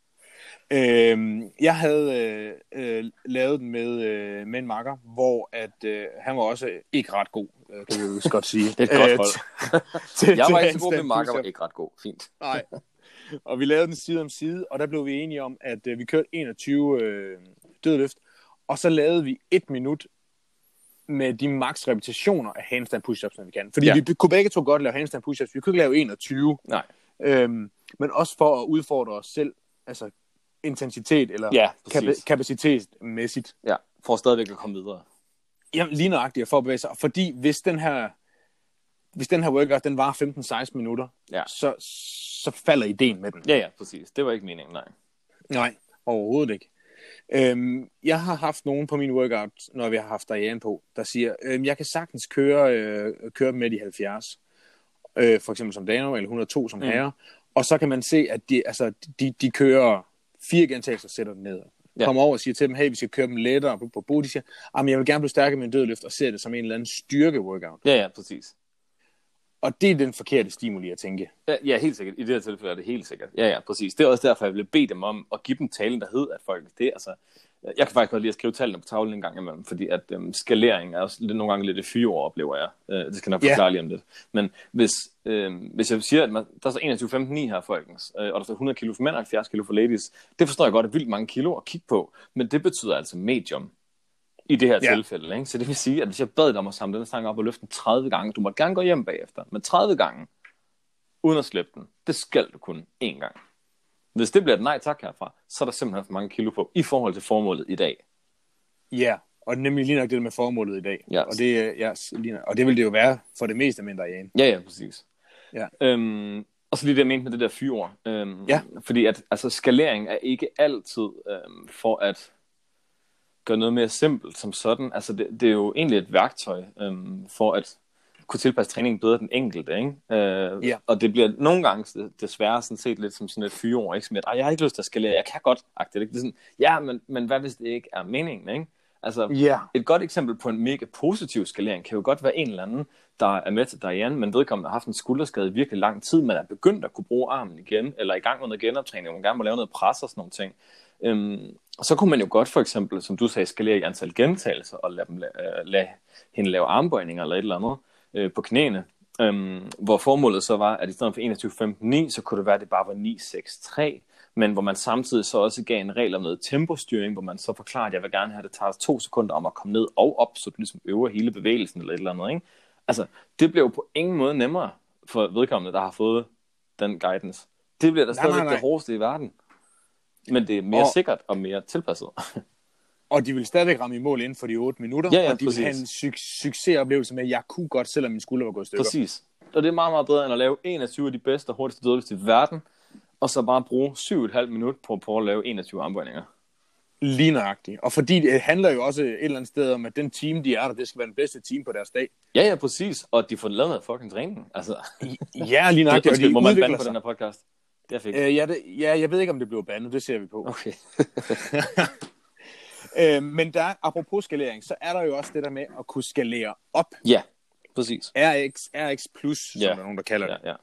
Jeg havde lavet den med en makker, hvor at, han var også ikke ret god, kan vi jo godt sige. Det er et godt hold. Jeg var ikke så god med makker, var ikke ret god. Fint. Nej. Og vi lavede den side om side, og der blev vi enige om, at vi kørte 21 dødløft, og så lavede vi 1 minut med de max repetitioner af handstand push-ups, når vi kan. Fordi vi kunne begge to godt lave handstand push-ups. Vi kunne ikke lave 21. Nej. Men også for at udfordre os selv, altså intensitet eller kapacitetsmæssigt. Ja, for at stadigvæk at komme videre. Jamen, lige nøjagtigt for at bevæge sig. Fordi hvis den her workout, den var 15-16 minutter, så falder ideen med den. Ja, præcis. Det var ikke meningen, nej. Nej, overhovedet ikke. Jeg har haft nogen på min workout, når vi har haft Diane på, der siger, jeg kan sagtens køre med de 70, for eksempel som damer, eller 102 som herrer, og så kan man se, at de kører 4 gentagelser og sætter den ned. Kommer over og siger til dem, hey, vi skal køre dem lettere på booty, siger, jeg vil gerne blive stærkere med en dødløft, og ser det som en eller anden styrke-workout. Ja, præcis. Og det er den forkerte stimuli, at tænke. Ja, helt sikkert. I det her tilfælde er det helt sikkert. Ja, præcis. Det er også derfor, jeg ville bede dem om at give dem talen, der hed, at folk det. Altså, jeg kan faktisk godt lide at skrive tallene på tavlen en gang imellem, fordi at skalering er også nogle gange lidt et fyreår, oplever jeg. Det skal nok forklare lige om lidt. Men hvis jeg siger, at der er så 21.15.9 her, folkens, og der er 100 kilo for mænd og 70 kilo for ladies, det forstår jeg godt, at vildt mange kilo at kigge på, men det betyder altså medium. I det her tilfælde, ikke? Så det vil sige, at hvis jeg bad dig om at samle den stang op og løfte den 30 gange, du må gerne gå hjem bagefter, men 30 gange, uden at slippe den, det skal du kun 1 gang. Hvis det bliver et nej tak herfra, så er der simpelthen for mange kilo på, i forhold til formålet i dag. Ja, og nemlig lige nok det med formålet i dag. Yes. Og det vil det jo være for det meste mindre, Jan. Ja, præcis. Ja. Og så lige det, jeg mente med det der fyre. Fordi at altså, skalering er ikke altid for at gøre noget mere simpelt som sådan. Altså det er jo egentlig et værktøj for at kunne tilpasse træningen bedre den enkelte, ikke? Og det bliver nogle gange desværre sådan set lidt som sådan et fyreord, ikke? Som at, jeg har ikke lyst til at skalere, jeg kan godt agtigt, ikke? Det er sådan, men hvad hvis det ikke er meningen, ikke? Altså, et godt eksempel på en mega positiv skalering kan jo godt være en eller anden, der er med til Diane, men vedkommende har haft en skulderskade i virkelig lang tid, men er begyndt at kunne bruge armen igen, eller i gang med noget genoptræning, man gerne må lave noget pres og sådan nogle ting. Så kunne man jo godt for eksempel, som du sagde, skalere i antal gentagelser, og lade hende lave armbøjninger eller et eller andet på knæene, hvor formålet så var, at i stedet for 21.15.9, så kunne det være, at det bare var 9.6.3, men hvor man samtidig så også gav en regel om noget tempostyring, hvor man så forklarer, at jeg vil gerne have, at det tager 2 sekunder om at komme ned og op, så du ligesom øver hele bevægelsen eller et eller andet, ikke? Altså, det bliver jo på ingen måde nemmere for vedkommende, der har fået den guidance. Det bliver da stadigvæk det hårdeste i verden. Men det er mere sikkert og mere tilpasset. Og de vil stadigvæk ramme i mål inden for de 8 minutter, og de vil have en succesoplevelse med, at jeg kunne godt, selvom min skulder var gået i stykker. Præcis. Og det er meget, meget bedre, end at lave 21 af de bedste og hurtigste dødløft i verden, og så bare bruge 7,5 minutter på at prøve at lave 21 armbøjninger. Lige nøjagtigt. Og fordi det handler jo også et eller andet sted om, at den team, de er der, det skal være den bedste team på deres dag. Ja, præcis. Og de får lavet noget fucking træning. Altså. Ja, lige nøjagtigt. Må man bande på den her podcast? Det er jeg ved ikke, om det bliver bandet. Det ser vi på. Okay. Men der, apropos skalering, så er der jo også det der med at kunne skalere op. Ja, præcis. RX Plus, som der er nogen, der kalder det. Ja.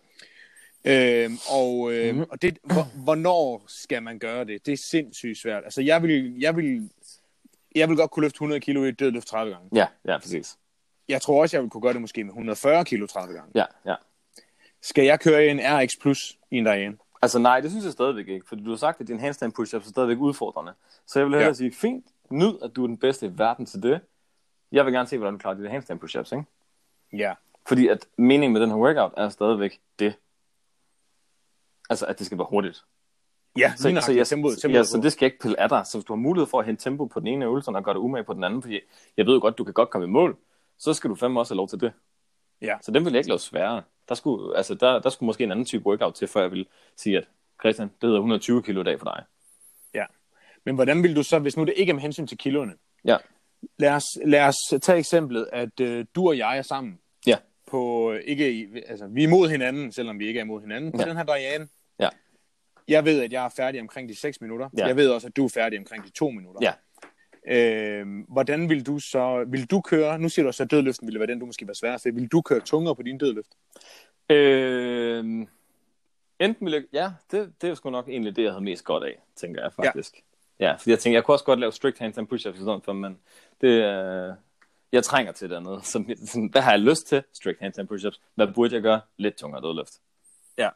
Og det, hvornår skal man gøre det? Det er sindssygt svært. Altså, jeg vil godt kunne løfte 100 kilo i et dødløft 30 gange. Ja, præcis. Jeg tror også, jeg vil kunne gøre det måske med 140 kilo 30 gange. Ja. Skal jeg køre en RX Plus i en derhjemme? Altså nej, det synes jeg stadigvæk ikke. Fordi du har sagt, at din handstand push-up er stadigvæk udfordrende. Så jeg vil hellere sige, fint, nyd, at du er den bedste i verden til det. Jeg vil gerne se, hvordan du klarer de handstand push-ups, ikke? Ja. Fordi at meningen med den her workout er stadigvæk det. Altså, at det skal være hurtigt. Ja, så det skal ikke pille af dig. Så hvis du har mulighed for at hente tempo på den ene øvelse, og gøre det umage på den anden, fordi jeg ved jo godt, du kan godt komme i mål, så skal du fandme også have lov til det. Ja. Så den vil jeg ikke lave sværere. Der skulle måske en anden type workout til, før jeg ville sige, at Christian, det hedder 120 kilo i dag for dig. Ja. Men hvordan vil du så, hvis nu det ikke er med hensyn til kiloene? Ja. Lad os tage eksemplet, at du og jeg er sammen. Ja. Vi er imod hinanden, selvom vi ikke er imod hinanden, på den her Diane. Ja. Jeg ved, at jeg er færdig omkring de 6 minutter. Ja. Jeg ved også, at du er færdig omkring de 2 minutter. Ja. Hvordan vil du så... Vil du køre... Nu siger du så, at dødløften ville være den, du måske var sværest til. Vil du køre tungere på din dødløft? Enten vil jeg... Ja, det er jo sgu nok egentlig det, jeg havde mest godt af, tænker jeg faktisk. Ja, fordi jeg tænker, jeg kunne også godt lave strict handstand push-ups i stedet for, men det... Jeg trænger til det andet. Så, hvad har jeg lyst til? Strict handstand push-ups. Hvad burde jeg gøre? Lidt tungere dødløft. Ja.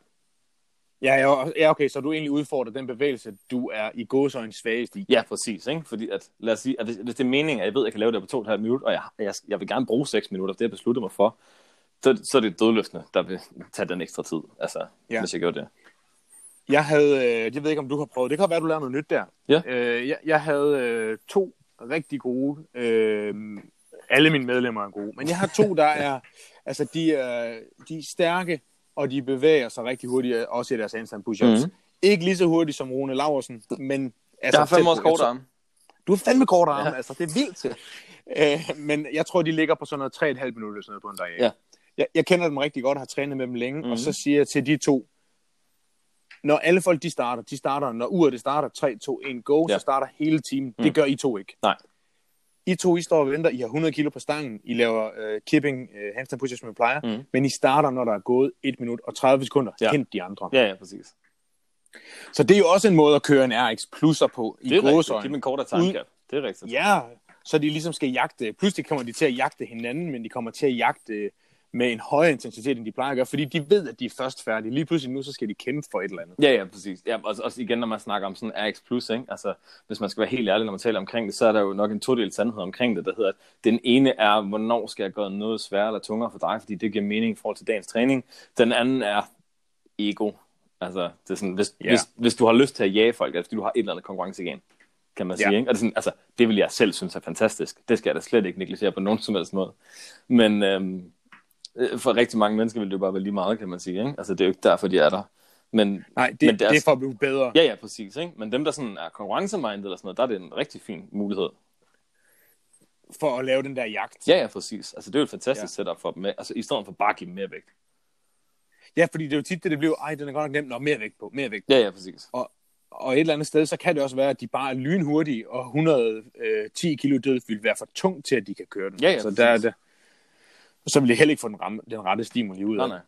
Ja, okay, så du egentlig udfordrer den bevægelse, du er i gåseøjne svagest i. Ja, præcis, ikke? Fordi at, lad os sige, at hvis det er meningen, at jeg ved, at jeg kan lave det på 2,5 minutter, og jeg vil gerne bruge 6 minutter, det har jeg besluttet mig for, så er det dødløftene, der vil tage den ekstra tid, altså, hvis jeg gør det. Jeg ved ikke, om du har prøvet, det kan være, du lærer noget nyt der. Ja. Jeg havde 2 rigtig gode, alle mine medlemmer er gode, men jeg har 2, der er, altså de er stærke, og de bevæger sig rigtig hurtigt, også i deres handstand push-ups. Ikke lige så hurtigt som Rune Laursen, men... Altså, jeg har 5 års korte arme. Du har fandme korte arme, altså, det er vildt. Men jeg tror, de ligger på sådan noget 3,5 minutter sådan noget på en dag. Ja. Jeg kender dem rigtig godt, har trænet med dem længe, og så siger jeg til de 2, når alle folk de starter, når uret det starter, 3, 2, 1, go, så starter hele teamet. Det gør I 2 ikke. Nej. I 2, I står og venter, I har 100 kilo på stangen, I laver kipping, handstand push-ups med plejer, men I starter, når der er gået 1 minut og 30 sekunder, hent de andre. Ja, præcis. Så det er jo også en måde at køre en RX Plus'er på i gåseøjne. Det er rigtigt, give dem en kortere time cap. Det er rigtigt. Ja, så de ligesom skal jagte, pludselig kommer de til at jagte hinanden, men de kommer til at jagte med en højere intensitet, end de plejer at gøre, fordi de ved, at de er først færdige. Lige pludselig nu, så skal de kæmpe for et eller andet. Ja, præcis. Ja, også igen, når man snakker om sådan RX Plus, ikke? Altså, hvis man skal være helt ærlig, når man taler omkring det, så er der jo nok en todelt sandhed omkring det, der hedder, at den ene er, hvornår skal jeg gøre noget sværere eller tungere for dig, fordi det giver mening i forhold til dagens træning. Den anden er ego. Altså, det er sådan, hvis du har lyst til at jage folk, altså, fordi du har et eller andet konkurrence igen, kan man sige, ikke? Og det er sådan, altså, det vil jeg selv synes er fantastisk. Det skal jeg da slet ikke negligere på nogen som helst måde. Men for rigtig mange mennesker vil det jo bare være lige meget, kan man sige, ikke? Altså, det er jo ikke derfor, de er der. Nej, det er for at blive bedre. Ja, præcis, ikke? Men dem, der sådan er konkurrencemindet eller sådan noget, der er det en rigtig fin mulighed. For at lave den der jagt. Ja, præcis. Altså, det er jo et fantastisk setup for dem, altså, i stedet for bare at give dem mere vægt. Ja, fordi det er jo tit, det bliver, den er godt nok nemt, mere vægt på. Ja, præcis. Og et eller andet sted, så kan det også være, at de bare er lynhurtige, og 110 kilo død vil være for tungt til, at de kan køre den. Ja, så der er det. Så vil de heller ikke få den rette stimuli ud af. Nej.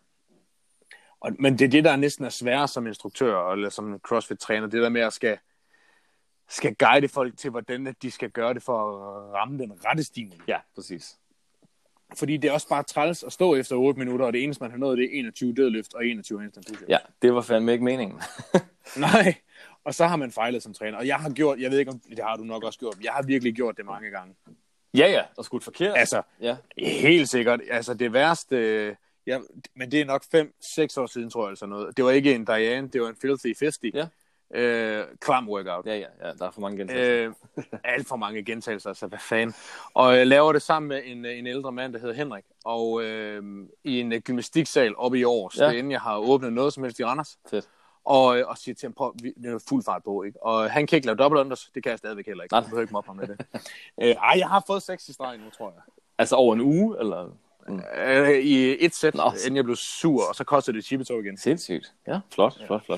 Men det er det, der næsten er sværere som instruktør, eller som CrossFit-træner, det der med at skal guide folk til, hvordan de skal gøre det for at ramme den rette stimuli. Ja, præcis. Fordi det er også bare træls at stå efter 8 minutter, og det eneste, man har nået, det er 21 dødløft og 21 handstand push-ups. Ja, det var fandme ikke meningen. Nej, Og så har man fejlet som træner. Og jeg har gjort, jeg ved ikke, om det har du nok også gjort, men jeg har virkelig gjort det mange gange. Ja, og skudt forkert. Altså, helt sikkert. Altså, det værste... men det er nok 5-6 år siden, tror jeg, eller sådan noget. Det var ikke en Diane, det var en Filthy 50. Ja. Klam workout. Ja, der er for mange gentagelser. Alt for mange gentagelser, så hvad fanden. Og jeg laver det sammen med en ældre mand, der hedder Henrik. Og i en gymnastiksal oppe i Aarhus. Det er inden jeg har åbnet noget som helst i Randers. Fedt. Og siger til ham, prøv, det er fuld fart på, ikke? Og han kan ikke lave double unders, det kan jeg stadigvæk heller ikke. Jeg behøver ikke mobbe ham med det. Jeg har fået 6 i streg nu, tror jeg. Altså over en uge, eller? I et sæt, inden jeg blev sur, og så kostede det Chibito igen. Sindssygt. Ja, flot.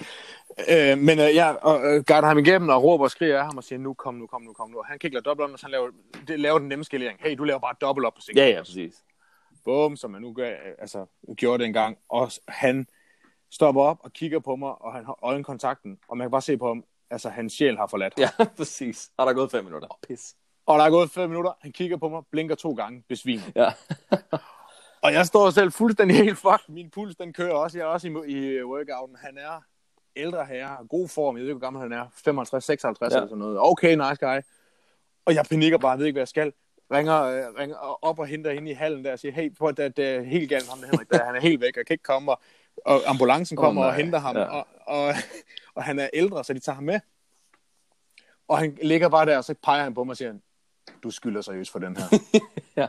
Men jeg guider ham igennem og råber og skriger af ham og siger, nu kom nu. Og han kan ikke lave double unders, han laver den nemme skalering. Hey, du laver bare double op på 6. Ja, præcis. Bum, som jeg nu gjorde det en gang. Og han stopper op og kigger på mig, og han har øjenkontakten, og man kan bare se på ham, altså hans sjæl har forladt ham. Ja, præcis. Og der er gået 5 minutter. Pis. Og der er gået 5 minutter, han kigger på mig, blinker 2 gange, besvimer. Ja. Og jeg står selv fuldstændig helt fuck. Min puls, den kører også. Jeg er også i workouten. Han er ældre herre, god form. Jeg ved ikke, hvor gammel han er. 55, 56 eller sådan noget. Okay, nice guy. Og jeg panikker bare, jeg ved ikke, hvad jeg skal. Ringer op og henter hende i hallen der og siger, hey, det er helt galt ham, Henrik, der. Han er helt væk, jeg kan ikke komme. Og ambulancen kommer og henter ham. Ja. Og han er ældre, så de tager ham med. Og han ligger bare der, og så peger han på mig og siger, du skylder seriøst for den her. Ja.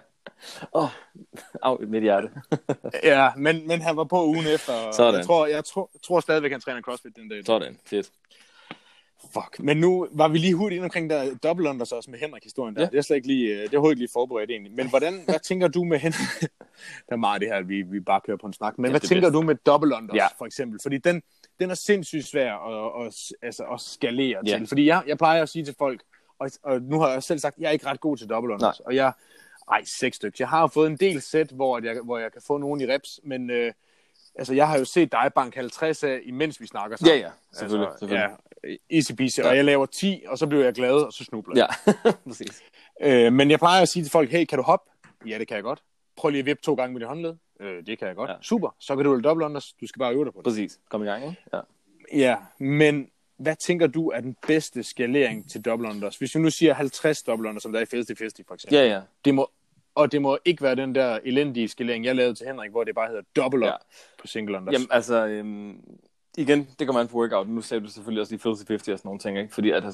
Mit hjerte. Ja, men han var på ugen efter. Sådan. Jeg tror stadigvæk, han træner CrossFit den dag. Sådan, fedt. Fuck. Men nu var vi lige hurtigt ind omkring der double unders også med Henrik-historien der. Ja. Det er slet ikke lige, det er overhovedet ikke lige forberedt egentlig. Men hvad tænker du med Henrik? Der er meget det her, vi bare kører på en snak. Men hvad tænker du med double unders for eksempel? Fordi den er sindssygt svær at skalere til. Fordi jeg plejer at sige til folk, og nu har jeg selv sagt, jeg er ikke ret god til double unders. Og jeg 6 stykker. Jeg har fået en del sæt, hvor jeg kan få nogen i reps, men jeg har jo set dig banke 50 af, imens vi snakker sammen. Ja, selvfølgelig. Ja, easy peasy. Og jeg laver 10, og så bliver jeg glad, og så snubler jeg. Ja, præcis. Men jeg plejer at sige til folk, hey, kan du hoppe? Ja, det kan jeg godt. Prøv lige at vippe 2 gange med dit håndled. Det kan jeg godt. Ja. Super, så kan du double unders. Du skal bare øve dig på det. Præcis. Kom i gang, ikke? Ja, men hvad tænker du er den bedste skalering til double unders? Hvis du nu siger 50 double unders, som der er i Filthy for eksempel. Ja. Det må ikke være den der elendige skalering, jeg lavede til Henrik, hvor det bare hedder double up på single unders. Jamen altså, igen, det kommer an på workout. Nu sagde du selvfølgelig også lige Filthy 50 og sådan nogle ting, ikke? Fordi at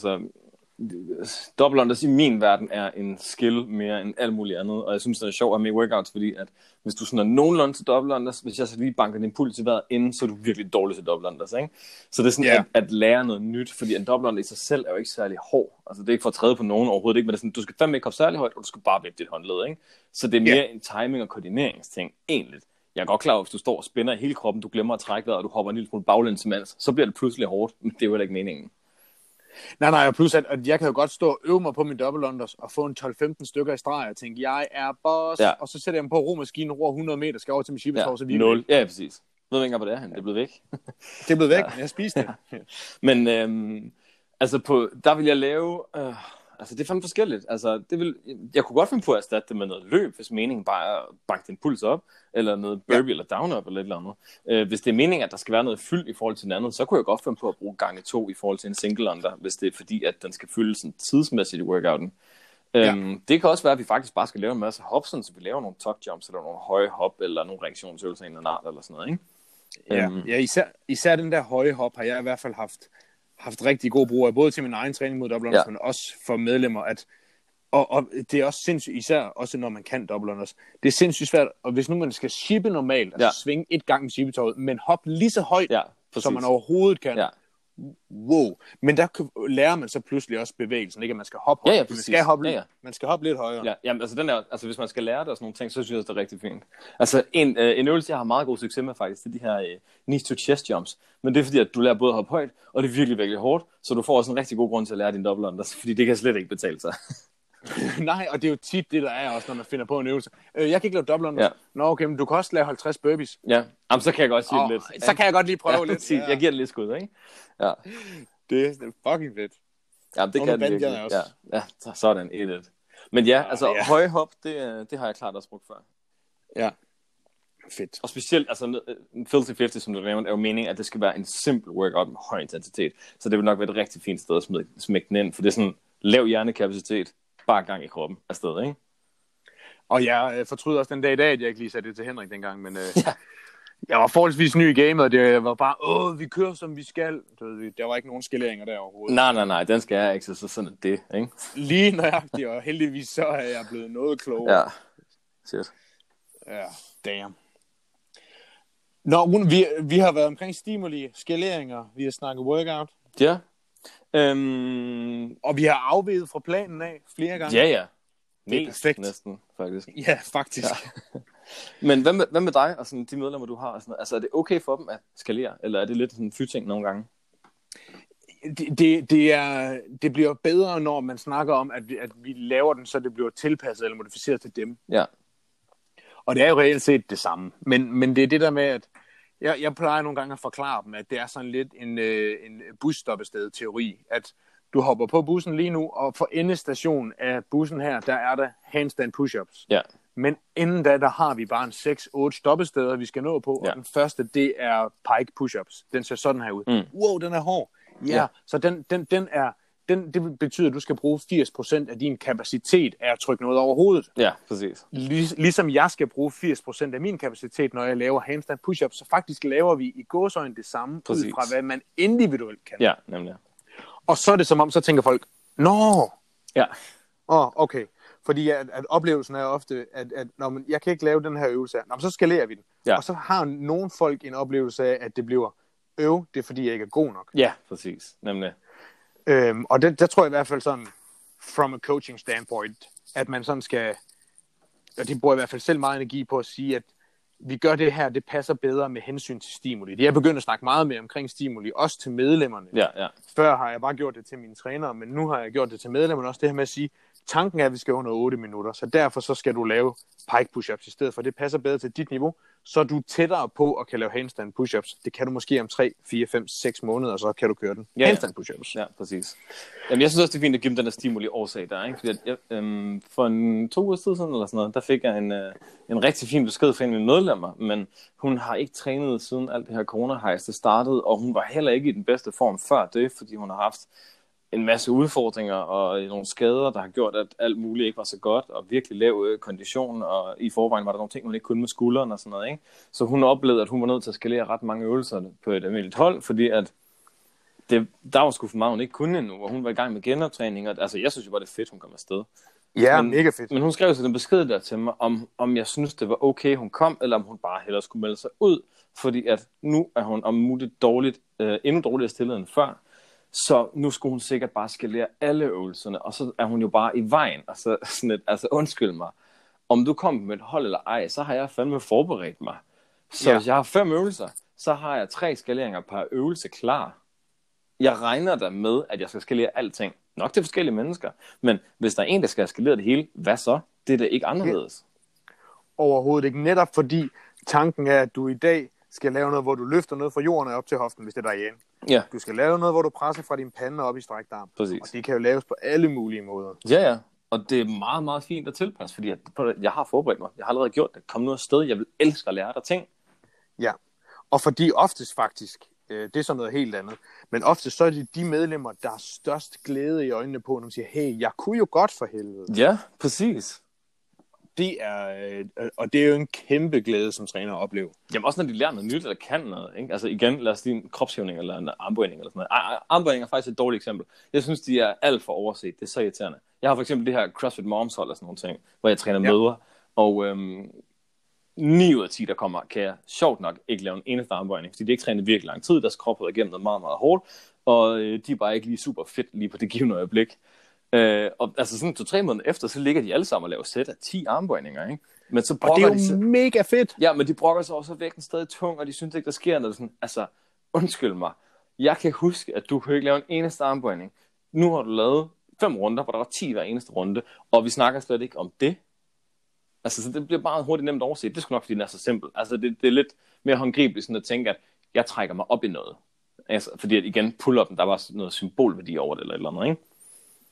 double unders i min verden er en skill mere end alt muligt andet, og jeg synes, det er sjovt at have med i workouts, fordi at hvis du sådan er nogenlunde til double unders, hvis jeg så lige banker din puls i vejret inden, så er du virkelig dårlig til double unders, ikke? Så det er sådan at lære noget nyt, fordi en double under i sig selv er jo ikke særlig hård. Altså det er ikke for at træde på nogen overhovedet ikke, men det er sådan, du skal fandme ikke hoppe særlig højt, og du skal bare vippe dit håndled, ikke? Så det er mere en timing- og koordineringsting, egentlig. Jeg er godt klar over, hvis du står og spænder i hele kroppen, du glemmer at trække vejret, og du hopper en lille smule baglæns imens, så bliver det pludselig hårdt, men det er jo heller ikke meningen. Nej, og plus at jeg kan jo godt stå og øve mig på min double unders og få en 12-15 stykker i streg og tænke, jeg er boss, og så sætter jeg mig på romaskinen, roer 100 meter, skal over til min shibetov, så vi 0. Ja, præcis. Jeg ved ikke engang, hvor det er henne. Det er blevet væk. Det er blevet væk, men jeg spiste det. Men der vil jeg lave... det er fandme forskelligt. Jeg kunne godt finde på at erstatte det med noget løb, hvis meningen bare er at banke din puls op, eller noget burpee eller down up eller et eller andet. Hvis det er meningen, at der skal være noget fyld i forhold til den anden, så kunne jeg godt finde på at bruge gange 2 i forhold til en single under, hvis det er fordi, at den skal fylde sådan tidsmæssigt i workouten. Det kan også være, at vi faktisk bare skal lave en masse hops, så vi laver nogle tuck jumps, eller nogle høje hop, eller nogle reaktionsøvelser i en art, eller sådan noget, ikke? Især den der høje hop har jeg i hvert fald haft rigtig god brug af, både til min egen træning mod double unders, men også for medlemmer, og det er også sindssygt, især også når man kan double unders. Det er sindssygt svært, og hvis nu man skal shippe normalt, svinge 1 gang med shippetoget, men hoppe lige så højt, som man overhovedet kan. Wow. Men der lærer man så pludselig også bevægelsen, ikke at man skal hoppe højt. Man skal hoppe lidt højere. Hvis man skal lære det og sådan nogle ting, så synes jeg, det er rigtig fint. Altså en øvelse, jeg har meget god succes med faktisk, det er de her knees to chest jumps. Men det er fordi, at du lærer både at hoppe højt, og det er virkelig, virkelig hårdt, så du får også en rigtig god grund til at lære din double unders, fordi det kan slet ikke betale sig. Nej, og det er jo tit det, der er også, når man finder på en øvelse. Jeg kan ikke lave double unders. Nå, okay, men du kan også lave 50 burpees. Ja, jamen, så kan jeg godt sige lidt. Så kan jeg godt lige prøve lidt. Jeg giver det lidt skud, ikke? Ja. Det er fucking fedt. Ja, det kan det virkelig. Også. Ja, sådan 1-1. Men høje hop, det har jeg klart også brugt før. Ja. Fedt. Og specielt, altså Filthy 50, som du nævnte, er jo meningen, at det skal være en simpel workout med høj intensitet. Så det vil nok være et rigtig fint sted at smække den ind, for det er sådan lav hjernekapacitet, bare gang i kroppen afsted, ikke? Og jeg fortryder også den dag i dag, at jeg ikke lige satte det til Henrik dengang, men jeg var forholdsvis ny i gamet, og det var bare, vi kører som vi skal. Der var ikke nogen skaleringer der overhovedet. Nej, den skal jeg ikke, så sådan er det, ikke? Lige nøjagtigt, og heldigvis så er jeg blevet noget klogere. Ja, shit. Ja, damn. Nå, vi har været omkring stimuli, skaleringer, vi har snakket workout. Ja. Og vi har afveget fra planen af flere gange. Ja. Det er perfekt. Næsten, faktisk. Ja, faktisk. Ja. Men hvad med dig og sådan, de medlemmer, du har? Og sådan, altså, er det okay for dem at skalere, eller er det lidt sådan en flyting nogle gange? Det bliver bedre, når man snakker om, at vi laver den, så det bliver tilpasset eller modificeret til dem. Ja. Og det er jo reelt set det samme. Men det er det der med, at jeg plejer nogle gange at forklare dem, at det er sådan lidt en busstoppested-teori, at du hopper på bussen lige nu, og for endestationen af bussen her, der er der handstand push-ups. Ja. Men inden da, der har vi bare en 6-8 stoppesteder, vi skal nå på, og den første, det er pike push-ups. Den ser sådan her ud. Wow, den er hård. Ja. Så det betyder, at du skal bruge 80% af din kapacitet af at trykke noget over hovedet. Ja, præcis. Ligesom jeg skal bruge 80% af min kapacitet, når jeg laver handstand push-ups, så faktisk laver vi i gåseøjne det samme, ud fra hvad man individuelt kan. Ja, nemlig. Og så er det som om, så tænker folk, Ja. Okay. Fordi at oplevelsen er ofte, at jeg kan ikke lave den her øvelse her. Så skalerer vi den. Ja. Og så har nogle folk en oplevelse af, at det bliver det er fordi, jeg ikke er god nok. Ja, præcis. Nemlig. Og der tror jeg i hvert fald sådan, from a coaching standpoint, at man sådan skal, og det bruger jeg i hvert fald selv meget energi på at sige, at vi gør det her, det passer bedre med hensyn til stimuli. Det er begyndt at snakke meget mere omkring stimuli, også til medlemmerne. Ja. Før har jeg bare gjort det til mine trænere, men nu har jeg gjort det til medlemmerne også, det her med at sige, tanken er, at vi skal under 8 minutter, så derfor så skal du lave pike push-ups i stedet for. Det passer bedre til dit niveau, så er du tættere på at kan lave handstand push-ups. Det kan du måske om 3, 4, 5, 6 måneder, og så kan du køre den. Handstand push-ups. Ja, præcis. Jamen, jeg synes også, det er fint at give dem den der stimuli-årsag der, ikke? Fordi for 2 uger siden eller sådan noget, der fik jeg en rigtig fin besked fra en af mine medlemmer, men hun har ikke trænet siden alt det her corona-hejs, det startede, og hun var heller ikke i den bedste form før det, fordi hun har haft en masse udfordringer og nogle skader, der har gjort, at alt muligt ikke var så godt, og virkelig lav kondition, og i forvejen var der nogle ting, hun ikke kunne med skulderen og sådan noget, ikke? Så hun oplevede, at hun var nødt til at skalere ret mange øvelser på et almindeligt hold, fordi at der var sgu for meget, hun ikke kunne endnu, og hun var i gang med genoptræning, og altså, jeg synes jo bare, det er fedt, hun kom afsted. Ja, mega fedt. Men hun skrev så den besked der til mig, om jeg synes, det var okay, hun kom, eller om hun bare hellere skulle melde sig ud, fordi at nu er hun om muligt endnu dårligere stillet end før. Så nu skulle hun sikkert bare skalere alle øvelserne, og så er hun jo bare i vejen. Og så sådan et, altså undskyld mig, om du kommer med et hold eller ej, så har jeg fandme forberedt mig. Så hvis jeg har 5 øvelser, så har jeg 3 skaleringer per øvelse klar. Jeg regner der med, at jeg skal skalere alting. Nok til forskellige mennesker. Men hvis der er en, der skal skalere det hele, hvad så? Det er da ikke anderledes. Overhovedet ikke. Netop fordi tanken er, at du i dag skal lave noget, hvor du løfter noget fra jorden op til hoften, hvis det er derhjemme. Ja. Du skal lave noget, hvor du presser fra din pande op i strækt arm. Præcis. Og det kan jo laves på alle mulige måder. Ja. Og det er meget, meget fint at tilpasse, fordi jeg har forberedt mig. Jeg har allerede gjort det. Kom nu afsted. Jeg vil elske at lære dig ting. Ja. Og fordi oftest faktisk, det er sådan noget helt andet, men oftest så er det de medlemmer, der er størst glæde i øjnene på, når de siger, hey, jeg kunne jo godt for helvede. Ja, præcis. Det er, og det er jo en kæmpe glæde som træner at opleve. Jamen også når de lærer noget nyt, eller kan noget, ikke? Altså igen, lad os lige en kropshævning eller en armbøjning eller sådan noget. Armbøjning er faktisk et dårligt eksempel. Jeg synes, de er alt for overset. Det er så irriterende. Jeg har for eksempel det her CrossFit Moms hold og sådan nogle ting, hvor jeg træner mødre, og 9 ud af 10, der kommer, kan jeg sjovt nok ikke lave en eneste armbøjning, fordi de ikke træner virkelig lang tid, deres krop har været igennem noget meget, meget hårdt, og de er bare ikke lige super fedt lige på det givende øjeblik. Og altså sådan 2-3 måneder efter, så ligger de alle sammen og laver sæt af 10 armbøjninger, ikke? Men så og det er jo mega fedt. Ja, men de brokker sig også vægten stadig tung, og de synes ikke, der sker noget. Sådan, altså, undskyld mig. Jeg kan huske, at du kan ikke lave en eneste armbøjning. Nu har du lavet 5 runder, hvor der var 10 hver eneste runde, og vi snakker slet ikke om det. Altså, så det bliver bare hurtigt nemt overset. Det er sgu nok, fordi den er så simpel. Altså, det er lidt mere håndgribeligt sådan at tænke, at jeg trækker mig op i noget. Altså, fordi at igen, pull-up'en, der var noget symbolværdi over det, eller et eller andet, ikke?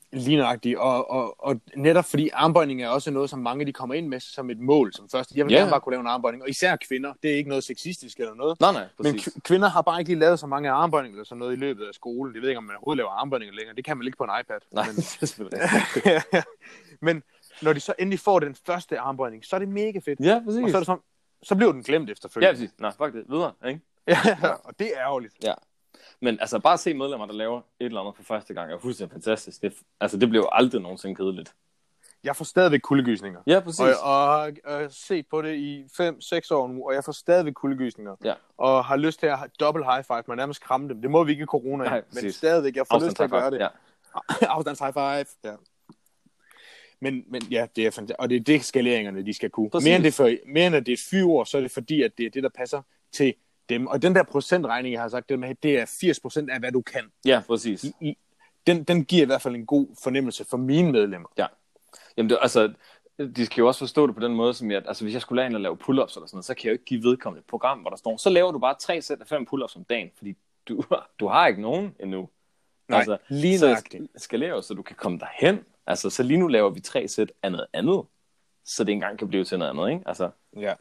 Lige nøjagtigt, og netop fordi armbøjning er også noget, som mange de kommer ind med som et mål som først. Jeg vil gerne bare kunne lave en armbøjning, og især kvinder, det er ikke noget sexistisk eller noget. Nej, præcis. Men kvinder har bare ikke lige lavet så mange armbøjninger eller sådan noget i løbet af skolen. Jeg ved ikke, om man overhovedet laver armbøjninger længere. Det kan man ikke på en iPad. Nej, men, det er selvfølgelig men når de så endelig får den første armbøjning, så er det mega fedt. Ja, præcis. Og så er det sådan, så bliver den glemt efterfølgende. Ja, præcis. Nej, fuck det. Videre, ikke? Ja, og det er ærgerligt. Ja. Men altså, bare se medlemmer, der laver et eller andet for første gang, er fuldstændig fantastisk. Det bliver jo aldrig nogensinde kedeligt. Jeg får stadigvæk kuldegysninger. Ja, præcis. Og har set på det i 5-6 år nu, og jeg får stadigvæk kuldegysninger. Ja. Og har lyst til at dobbelt high five, man nærmest kramme dem. Det må vi ikke i corona, nej, men stadigvæk, jeg får lyst til at gøre det. Ja. Afstands high five, ja. Men ja, det er fantastisk. Og det er det, skaleringerne, de skal kunne. Mere end at det er 4 år, så er det fordi, at det er det, der passer til dem. Og den der procentregning, jeg har sagt, det er 80% af, hvad du kan. Ja, præcis. Den giver i hvert fald en god fornemmelse for mine medlemmer. Ja. Jamen, de skal jo også forstå det på den måde, som hvis jeg skulle lade en at lave pull-ups eller sådan noget, så kan jeg jo ikke give vedkommende et program, hvor der står, så laver du bare 3 sæt af 5 pull-ups om dagen, fordi du har ikke nogen endnu. Nej, lige nøjagtigt. Så skal lave, så du kan komme derhen. Altså, så lige nu laver vi 3 sæt af noget andet, så det engang kan blive til noget andet, ikke? Altså. Ja.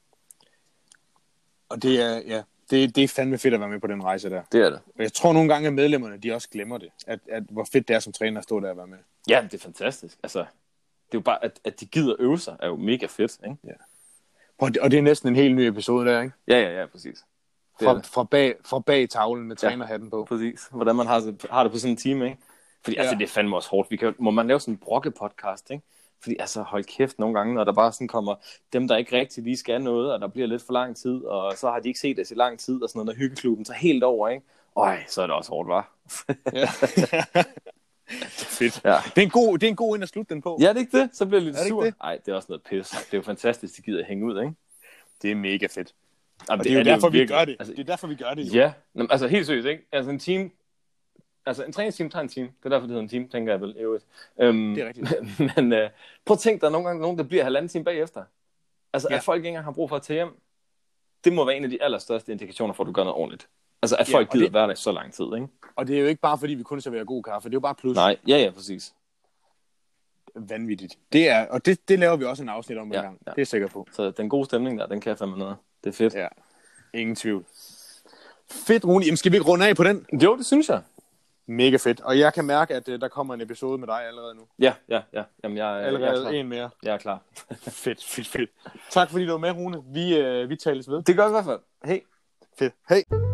Og det er fandme fedt at være med på den rejse der. Det er det. Og jeg tror nogle gange, at medlemmerne, de også glemmer det. At hvor fedt det er som træner at stå der og være med. Ja, det er fantastisk. Altså, det er jo bare, at de gider øve sig, er jo mega fedt, ikke? Ja. Og det er næsten en helt ny episode der, ikke? Ja, præcis. Fra bag tavlen med trænerhatten på. Præcis. Hvordan man har det på sådan en time, ikke? Fordi altså, det er fandme også hårdt. Må man lave sådan en brokke-podcast, ikke? Fordi altså, hold kæft nogle gange, når der bare sådan kommer dem, der ikke rigtig lige skal noget, og der bliver lidt for lang tid, og så har de ikke set det i lang tid, og sådan noget, når hyggeklubben tager helt over, ikke? Så er det også hårdt, hva'? Ja. Fedt. Ja. Det er en god ind at slutte den på. Ja, det er ikke det? Så bliver jeg lidt sur. Nej, det er også noget pis. Det er jo fantastisk, de gider at hænge ud, ikke? Det er mega fedt. Jamen, og det er jo derfor, vi gør det. Altså, det er derfor, vi gør det. Jo. Ja, altså helt seriøst, ikke? Altså en team... Altså, en træningsteam tager en team. Det er derfor, det hedder en team, tænker jeg vel. Det er rigtigt. Men prøv at tænke, der er nogle gange nogen, der bliver 1,5 time bagefter. Altså, at folk ikke engang har brug for at tage hjem, det må være en af de allerstørste indikationer for, at du gør noget ordentligt. Altså, at folk gider være der så lang tid, ikke? Og det er jo ikke bare, fordi vi kun serverer god kaffe. Det er jo bare plus. Nej, ja, præcis. Vanvittigt. Det er, og det laver vi også en afsnit om en gang. Ja. Det er jeg sikker på. Så den gode stemning der, den kan jeg fandme noget. Det er fedt. Ja, ingen tvivl. Fedt, Rune. Jamen, skal vi ikke runde af på den? Jo, det synes jeg. Mega fedt. Og jeg kan mærke, at der kommer en episode med dig allerede nu. Ja. Jamen, jeg er allerede en mere. Jeg er klar. Fedt. Tak fordi du var med, Rune. Vi tales ved. Det gør vi i hvert fald. Hej. Fedt. Hej.